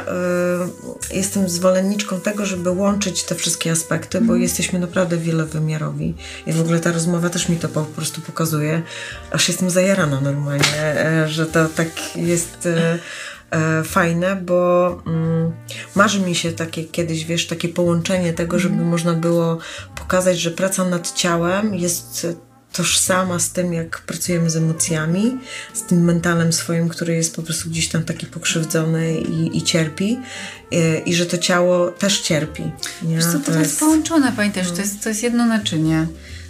y, jestem zwolenniczką tego, żeby łączyć te wszystkie aspekty, mm. bo jesteśmy naprawdę wielowymiarowi. I w ogóle ta rozmowa też mi to po prostu pokazuje. Aż jestem zajarana normalnie, y, że to tak jest... Y, fajne, bo mm, marzy mi się takie kiedyś, wiesz, takie połączenie tego, żeby mm. można było pokazać, że praca nad ciałem jest tożsama z tym, jak pracujemy z emocjami, z tym mentalem swoim, który jest po prostu gdzieś tam taki pokrzywdzony i, i cierpi i, i że to ciało też cierpi. Nie? Wiesz co, to, to jest, jest połączone, pamiętasz, to jest, to jest jedno naczynie.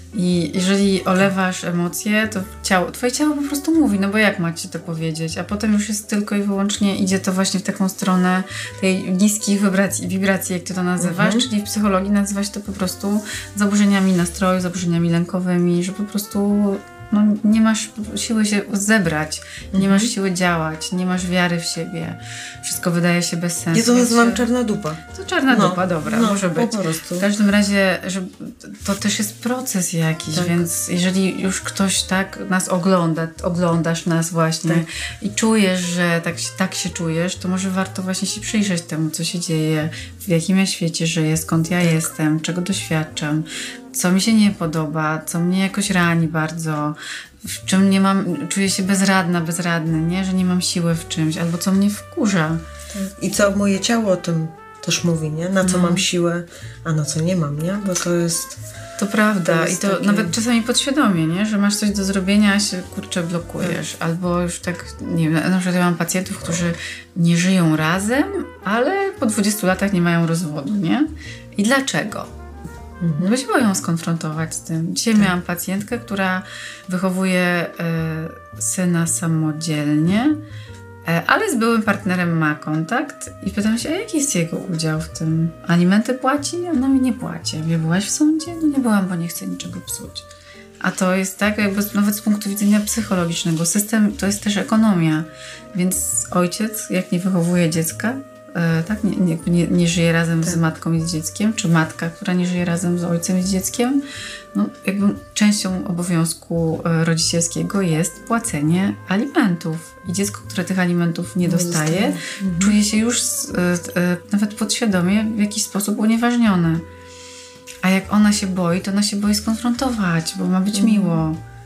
I jeżeli olewasz emocje, to ciało, twoje ciało po prostu mówi, no bo jak macie to powiedzieć? A potem już jest tylko i wyłącznie, idzie to właśnie w taką stronę tej niskich wibracji, wibracji jak ty to nazywasz, mhm. czyli w psychologii nazywa się to po prostu zaburzeniami nastroju, zaburzeniami lękowymi, że po prostu no, nie masz siły się zebrać, mhm. nie masz siły działać, nie masz wiary w siebie. Wszystko wydaje się bez sensu. Ja to nazywam czarna dupa. To czarna no, dupa, dobra, no, może być. Po prostu. W każdym razie, że to też jest proces jakiś, tak. więc jeżeli już ktoś tak nas ogląda, oglądasz nas właśnie tak. i czujesz, że tak, tak się czujesz, to może warto właśnie się przyjrzeć temu, co się dzieje, w jakim ja świecie żyję, skąd ja tak. jestem, czego doświadczam, co mi się nie podoba, co mnie jakoś rani bardzo, w czym nie mam, czuję się bezradna, bezradny, nie? Że nie mam siły w czymś, albo co mnie wkurza. I co moje ciało o tym też mówi, nie? Na co no. mam siłę, a na co nie mam, nie? Bo to jest... To prawda. To i to takie... nawet czasami podświadomie, nie? Że masz coś do zrobienia, a się kurczę blokujesz. Tak. Albo już tak, nie wiem, na przykład ja mam pacjentów, którzy nie żyją razem, ale po dwudziestu latach nie mają rozwodu, nie? I dlaczego? Mhm. Bo się boją skonfrontować z tym. Dzisiaj tak. miałam pacjentkę, która wychowuje y, syna samodzielnie, y, ale z byłym partnerem ma kontakt i pytam się, a jaki jest jego udział w tym? Alimenty płaci? Ona mi nie płaci. Ja byłaś w sądzie? No nie byłam, bo nie chcę niczego psuć. A to jest tak, jakby nawet z punktu widzenia psychologicznego. System to jest też ekonomia. Więc ojciec, jak nie wychowuje dziecka, tak, nie, nie, nie żyje razem tak. z matką i z dzieckiem, czy matka, która nie żyje razem z ojcem i z dzieckiem, no jakby częścią obowiązku rodzicielskiego jest płacenie alimentów. I dziecko, które tych alimentów nie dostaje, mhm. czuje się już z, nawet podświadomie w jakiś sposób unieważnione. A jak ona się boi, to ona się boi skonfrontować, bo ma być mhm. miło.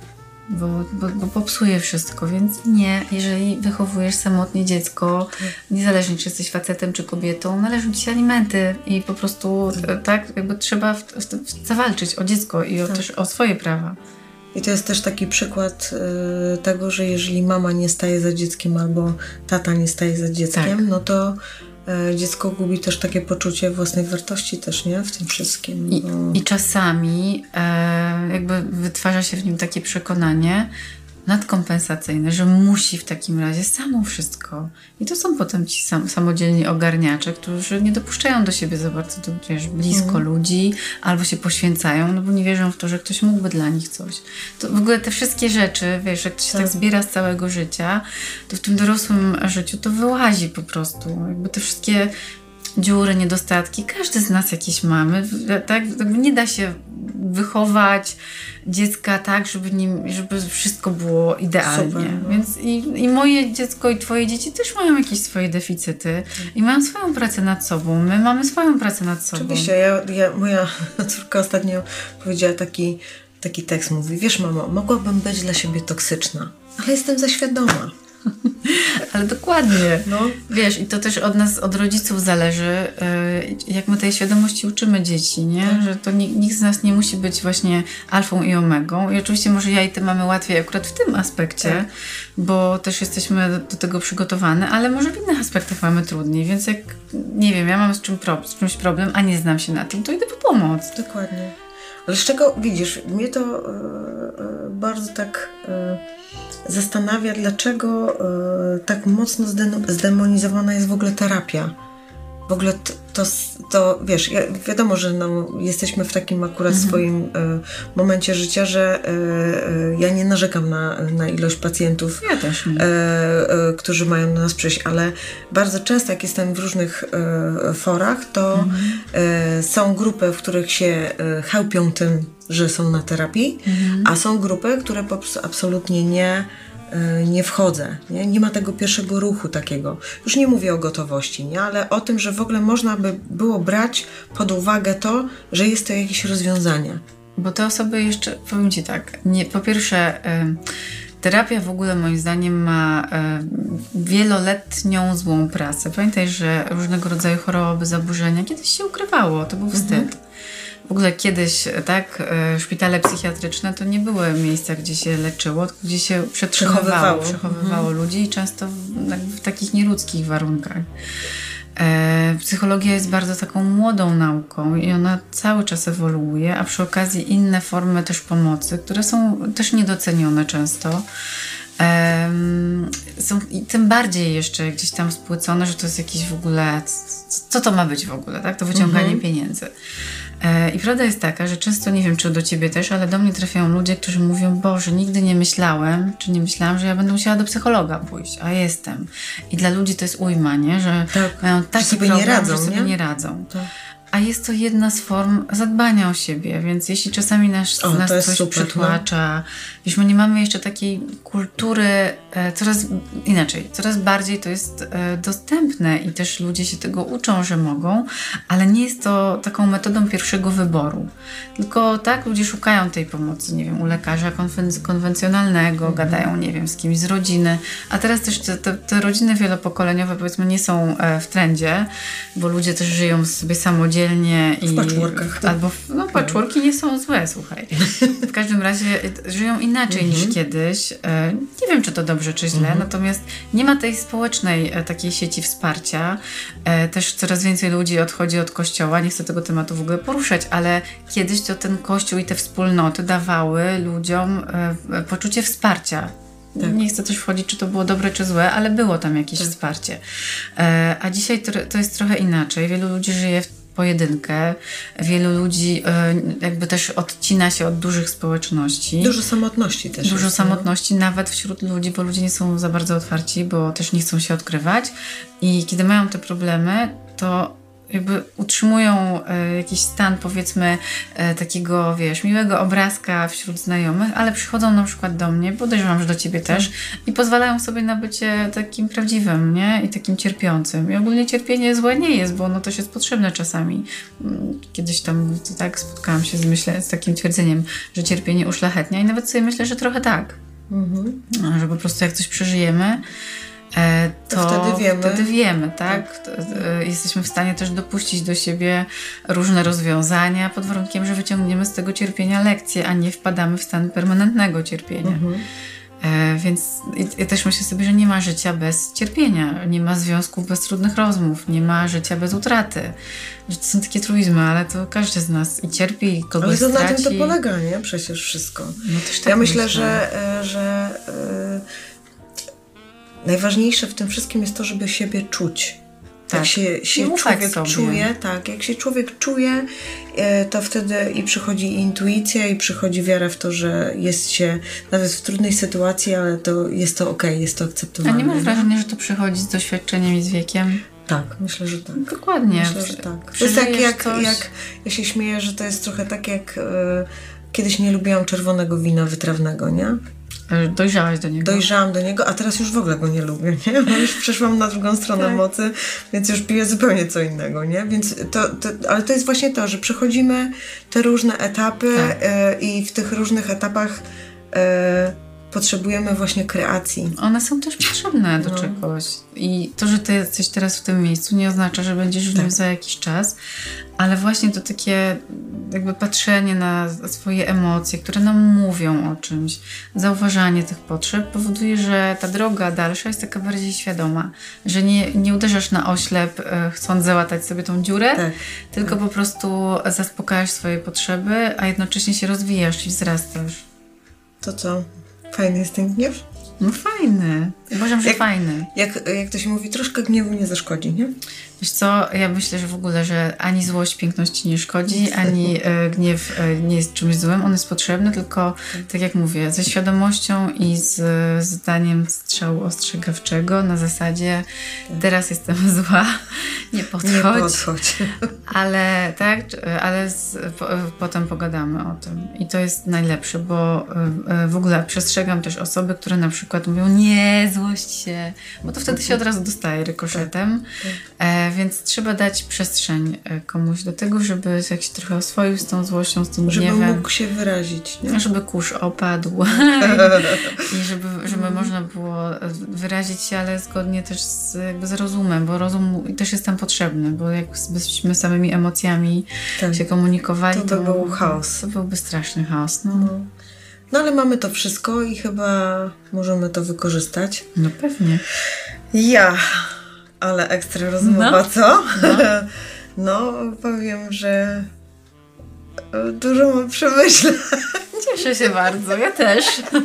bo, bo, bo popsuje wszystko, więc nie, jeżeli wychowujesz samotnie dziecko, niezależnie czy jesteś facetem czy kobietą, należą ci się alimenty i po prostu tak, tak jakby trzeba w, w, w, zawalczyć o dziecko i o, tak. też o swoje prawa. I to jest też taki przykład y, tego, że jeżeli mama nie staje za dzieckiem albo tata nie staje za dzieckiem, tak. no to y, dziecko gubi też takie poczucie własnej wartości też, nie? W tym wszystkim. I, bo... i czasami e, jakby wytwarza się w nim takie przekonanie nadkompensacyjne, że musi w takim razie samo wszystko. I to są potem ci sam, samodzielni ogarniacze, którzy nie dopuszczają do siebie za bardzo do, wiesz, blisko mm. ludzi, albo się poświęcają, no bo nie wierzą w to, że ktoś mógłby dla nich coś. To w ogóle te wszystkie rzeczy, wiesz, jak to się tak, tak zbiera z całego życia, to w tym dorosłym życiu to wyłazi po prostu. Jakby te wszystkie dziury, niedostatki, każdy z nas jakieś mamy, tak? Nie da się wychować dziecka tak, żeby, nim, żeby wszystko było idealnie. Super, no. Więc i, i moje dziecko, i twoje dzieci też mają jakieś swoje deficyty i mają swoją pracę nad sobą. My mamy swoją pracę nad sobą. Oczywiście. Ja, ja, moja córka ostatnio powiedziała taki, taki tekst, mówi, wiesz mamo, mogłabym być dla siebie toksyczna, ale jestem za świadoma. Ale dokładnie. No. Wiesz, i to też od nas, od rodziców zależy, jak my tej świadomości uczymy dzieci, nie? Tak. Że to nikt z nas nie musi być właśnie alfą i omegą. I oczywiście może ja i ty mamy łatwiej akurat w tym aspekcie, tak. bo też jesteśmy do tego przygotowane, ale może w innych aspektach mamy trudniej, więc jak, nie wiem, ja mam z, czym pro, z czymś problem, a nie znam się na tym, to idę po pomoc. Dokładnie. Ale z czego, widzisz, mnie to yy, bardzo tak yy, zastanawia, dlaczego yy, tak mocno zde- zdemonizowana jest w ogóle terapia. W ogóle to, to, to wiesz, ja, wiadomo, że no, jesteśmy w takim akurat mhm. swoim y, momencie życia, że y, y, ja nie narzekam na, na ilość pacjentów, ja też nie. Y, y, którzy mają do nas przyjść, ale bardzo często jak jestem w różnych y, forach, to mhm. y, są grupy, w których się y, chełpią tym, że są na terapii, mhm. a są grupy, które po prostu absolutnie nie nie wchodzę, nie? Nie ma tego pierwszego ruchu takiego. Już nie mówię o gotowości, nie? Ale o tym, że w ogóle można by było brać pod uwagę to, że jest to jakieś rozwiązanie. Bo te osoby jeszcze, powiem ci tak, nie, po pierwsze y, terapia w ogóle moim zdaniem ma y, wieloletnią złą pracę. Pamiętaj, że różnego rodzaju choroby, zaburzenia kiedyś się ukrywało, to był wstyd. Mhm. W ogóle kiedyś, tak, szpitale psychiatryczne to nie były miejsca, gdzie się leczyło, tylko gdzie się przechowywało, przechowywało mhm. ludzi i często w, w takich nieludzkich warunkach. E, psychologia jest bardzo taką młodą nauką i ona cały czas ewoluuje, a przy okazji inne formy też pomocy, które są też niedocenione często. Um, są i tym bardziej jeszcze gdzieś tam spłycone, że to jest jakiś w ogóle, co to ma być w ogóle, tak? To wyciąganie mhm. pieniędzy. E, I prawda jest taka, że często, nie wiem czy do ciebie też, ale do mnie trafiają ludzie, którzy mówią, Boże, nigdy nie myślałem, czy nie myślałam, że ja będę musiała do psychologa pójść, a jestem. I dla ludzi to jest ujma, nie? Że tak. mają taki sobie problem, nie radzą, że sobie nie, nie radzą. Tak. A jest to jedna z form zadbania o siebie, więc jeśli czasami nas, o, nas coś super, przytłacza, no. wiesz, my nie mamy jeszcze takiej kultury, e, coraz inaczej, coraz bardziej to jest e, dostępne i też ludzie się tego uczą, że mogą, ale nie jest to taką metodą pierwszego wyboru. Tylko tak, ludzie szukają tej pomocy, nie wiem, u lekarza konwen- konwencjonalnego, mhm. gadają, nie wiem, z kimś z rodziny, a teraz też te, te, te rodziny wielopokoleniowe, powiedzmy, nie są e, w trendzie, bo ludzie też żyją sobie samodzielnie, I, w patchworkach. Albo w, no patchworki nie są złe, słuchaj. W każdym razie żyją inaczej mm-hmm. niż kiedyś. E, nie wiem, czy to dobrze, czy źle, mm-hmm. natomiast nie ma tej społecznej e, takiej sieci wsparcia. E, też coraz więcej ludzi odchodzi od kościoła. Nie chcę tego tematu w ogóle poruszać, ale kiedyś to ten kościół i te wspólnoty dawały ludziom e, poczucie wsparcia. Tak. Nie chcę też wchodzić, czy to było dobre, czy złe, ale było tam jakieś tak. wsparcie. E, a dzisiaj to, to jest trochę inaczej. Wielu ludzi żyje w pojedynkę. Wielu ludzi y, jakby też odcina się od dużych społeczności. Dużo samotności też. Dużo jest, samotności no? nawet wśród ludzi, bo ludzie nie są za bardzo otwarci, bo też nie chcą się odkrywać. I kiedy mają te problemy, to jakby utrzymują e, jakiś stan, powiedzmy, e, takiego, wiesz, miłego obrazka wśród znajomych, ale przychodzą na przykład do mnie, podejrzewam, że do ciebie też, tak. i pozwalają sobie na bycie takim prawdziwym, nie? I takim cierpiącym. I ogólnie cierpienie złe nie jest, bo ono też jest potrzebne czasami. Kiedyś tam tak spotkałam się z, myślę, z takim twierdzeniem, że cierpienie uszlachetnia i nawet sobie myślę, że trochę tak. Mhm. Że po prostu jak coś przeżyjemy, To, to wtedy wiemy, wtedy wiemy, tak? tak. Jesteśmy w stanie też dopuścić do siebie różne rozwiązania pod warunkiem, że wyciągniemy z tego cierpienia lekcje, a nie wpadamy w stan permanentnego cierpienia. Mhm. E, więc ja też myślę sobie, że nie ma życia bez cierpienia, nie ma związków bez trudnych rozmów, nie ma życia bez utraty. Że to są takie truizmy, ale to każdy z nas i cierpi, i kogoś straci. Ale to straci. Na tym to polega, nie? Przecież wszystko. No też tak ja myślę, myślę, że, że yy, najważniejsze w tym wszystkim jest to, żeby siebie czuć. Tak. Jak się, się człowiek sobie. czuje, tak, jak się człowiek czuje, to wtedy i przychodzi intuicja, i przychodzi wiara w to, że jest się nawet w trudnej sytuacji, ale to jest to okej, okay, jest to akceptowalne. A nie masz wrażenia, że to przychodzi z doświadczeniem i z wiekiem? Tak, myślę, że tak. Dokładnie. Myślę, że tak. To jest tak jak, jak, ja się śmieję, że to jest trochę tak jak y, kiedyś nie lubiłam czerwonego wina wytrawnego, nie? Dojrzałaś do niego. Dojrzałam do niego, a teraz już w ogóle go nie lubię, nie? Bo już przeszłam na drugą stronę tak. mocy, więc już piję zupełnie co innego, nie? Więc to, to, ale to jest właśnie to, że przechodzimy te różne etapy tak. y, i w tych różnych etapach y, potrzebujemy właśnie kreacji. One są też potrzebne do no. czegoś. I to, że ty jesteś teraz w tym miejscu, nie oznacza, że będziesz w nim tak. za jakiś czas, ale właśnie to takie jakby patrzenie na swoje emocje, które nam mówią o czymś, zauważanie tych potrzeb powoduje, że ta droga dalsza jest taka bardziej świadoma, że nie, nie uderzasz na oślep, e, chcąc załatać sobie tą dziurę, tak. tylko tak. po prostu zaspokajasz swoje potrzeby, a jednocześnie się rozwijasz i wzrastasz. To co? Fajny jest ten gniew? No fajny. Uważam, że jak, fajny. Jak, jak to się mówi, troszkę gniewu nie zaszkodzi, nie? Wiesz co, ja myślę, że w ogóle, że ani złość piękności nie szkodzi, ani e, gniew e, nie jest czymś złym. On jest potrzebny, tylko tak jak mówię, ze świadomością i z, z zdaniem strzału ostrzegawczego na zasadzie tak. teraz jestem zła, nie podchodź. Nie podchodź. Ale tak, ale z, po, potem pogadamy o tym. I to jest najlepsze, bo e, w ogóle przestrzegam też osoby, które na przykład mówią nie, złość się, bo to wtedy się od razu dostaje rykoszetem. Tak. E, więc trzeba dać przestrzeń komuś do tego, żeby jak się trochę oswoił z tą złością, z tym gniewem. Żeby mógł się wyrazić. Nie? Żeby kurz opadł. I żeby, żeby mm. można było wyrazić się, ale zgodnie też z, jakby z rozumem, bo rozum też jest tam potrzebny, bo jakbyśmy samymi emocjami tak. się komunikowali, to, to by był chaos. To byłby straszny chaos. No. No. no ale mamy to wszystko i chyba możemy to wykorzystać. No pewnie. Ja... Ale ekstra rozmowa, no. co? No. no, powiem, że dużo mam przemyśleń. Cieszę się bardzo, ja też.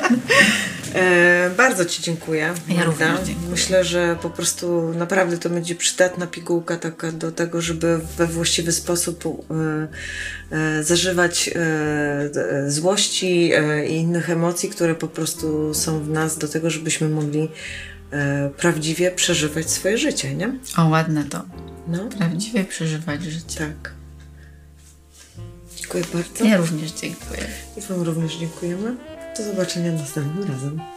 e, bardzo Ci dziękuję. Ja również dziękuję. Myślę, że po prostu naprawdę to będzie przydatna pigułka taka do tego, żeby we właściwy sposób e, e, zażywać e, złości e, i innych emocji, które po prostu są w nas do tego, żebyśmy mogli prawdziwie przeżywać swoje życie, nie? O, ładne to. No. Prawdziwie przeżywać życie. Tak. Dziękuję bardzo. Ja również dziękuję. I Wam również dziękujemy. Do zobaczenia następnym razem.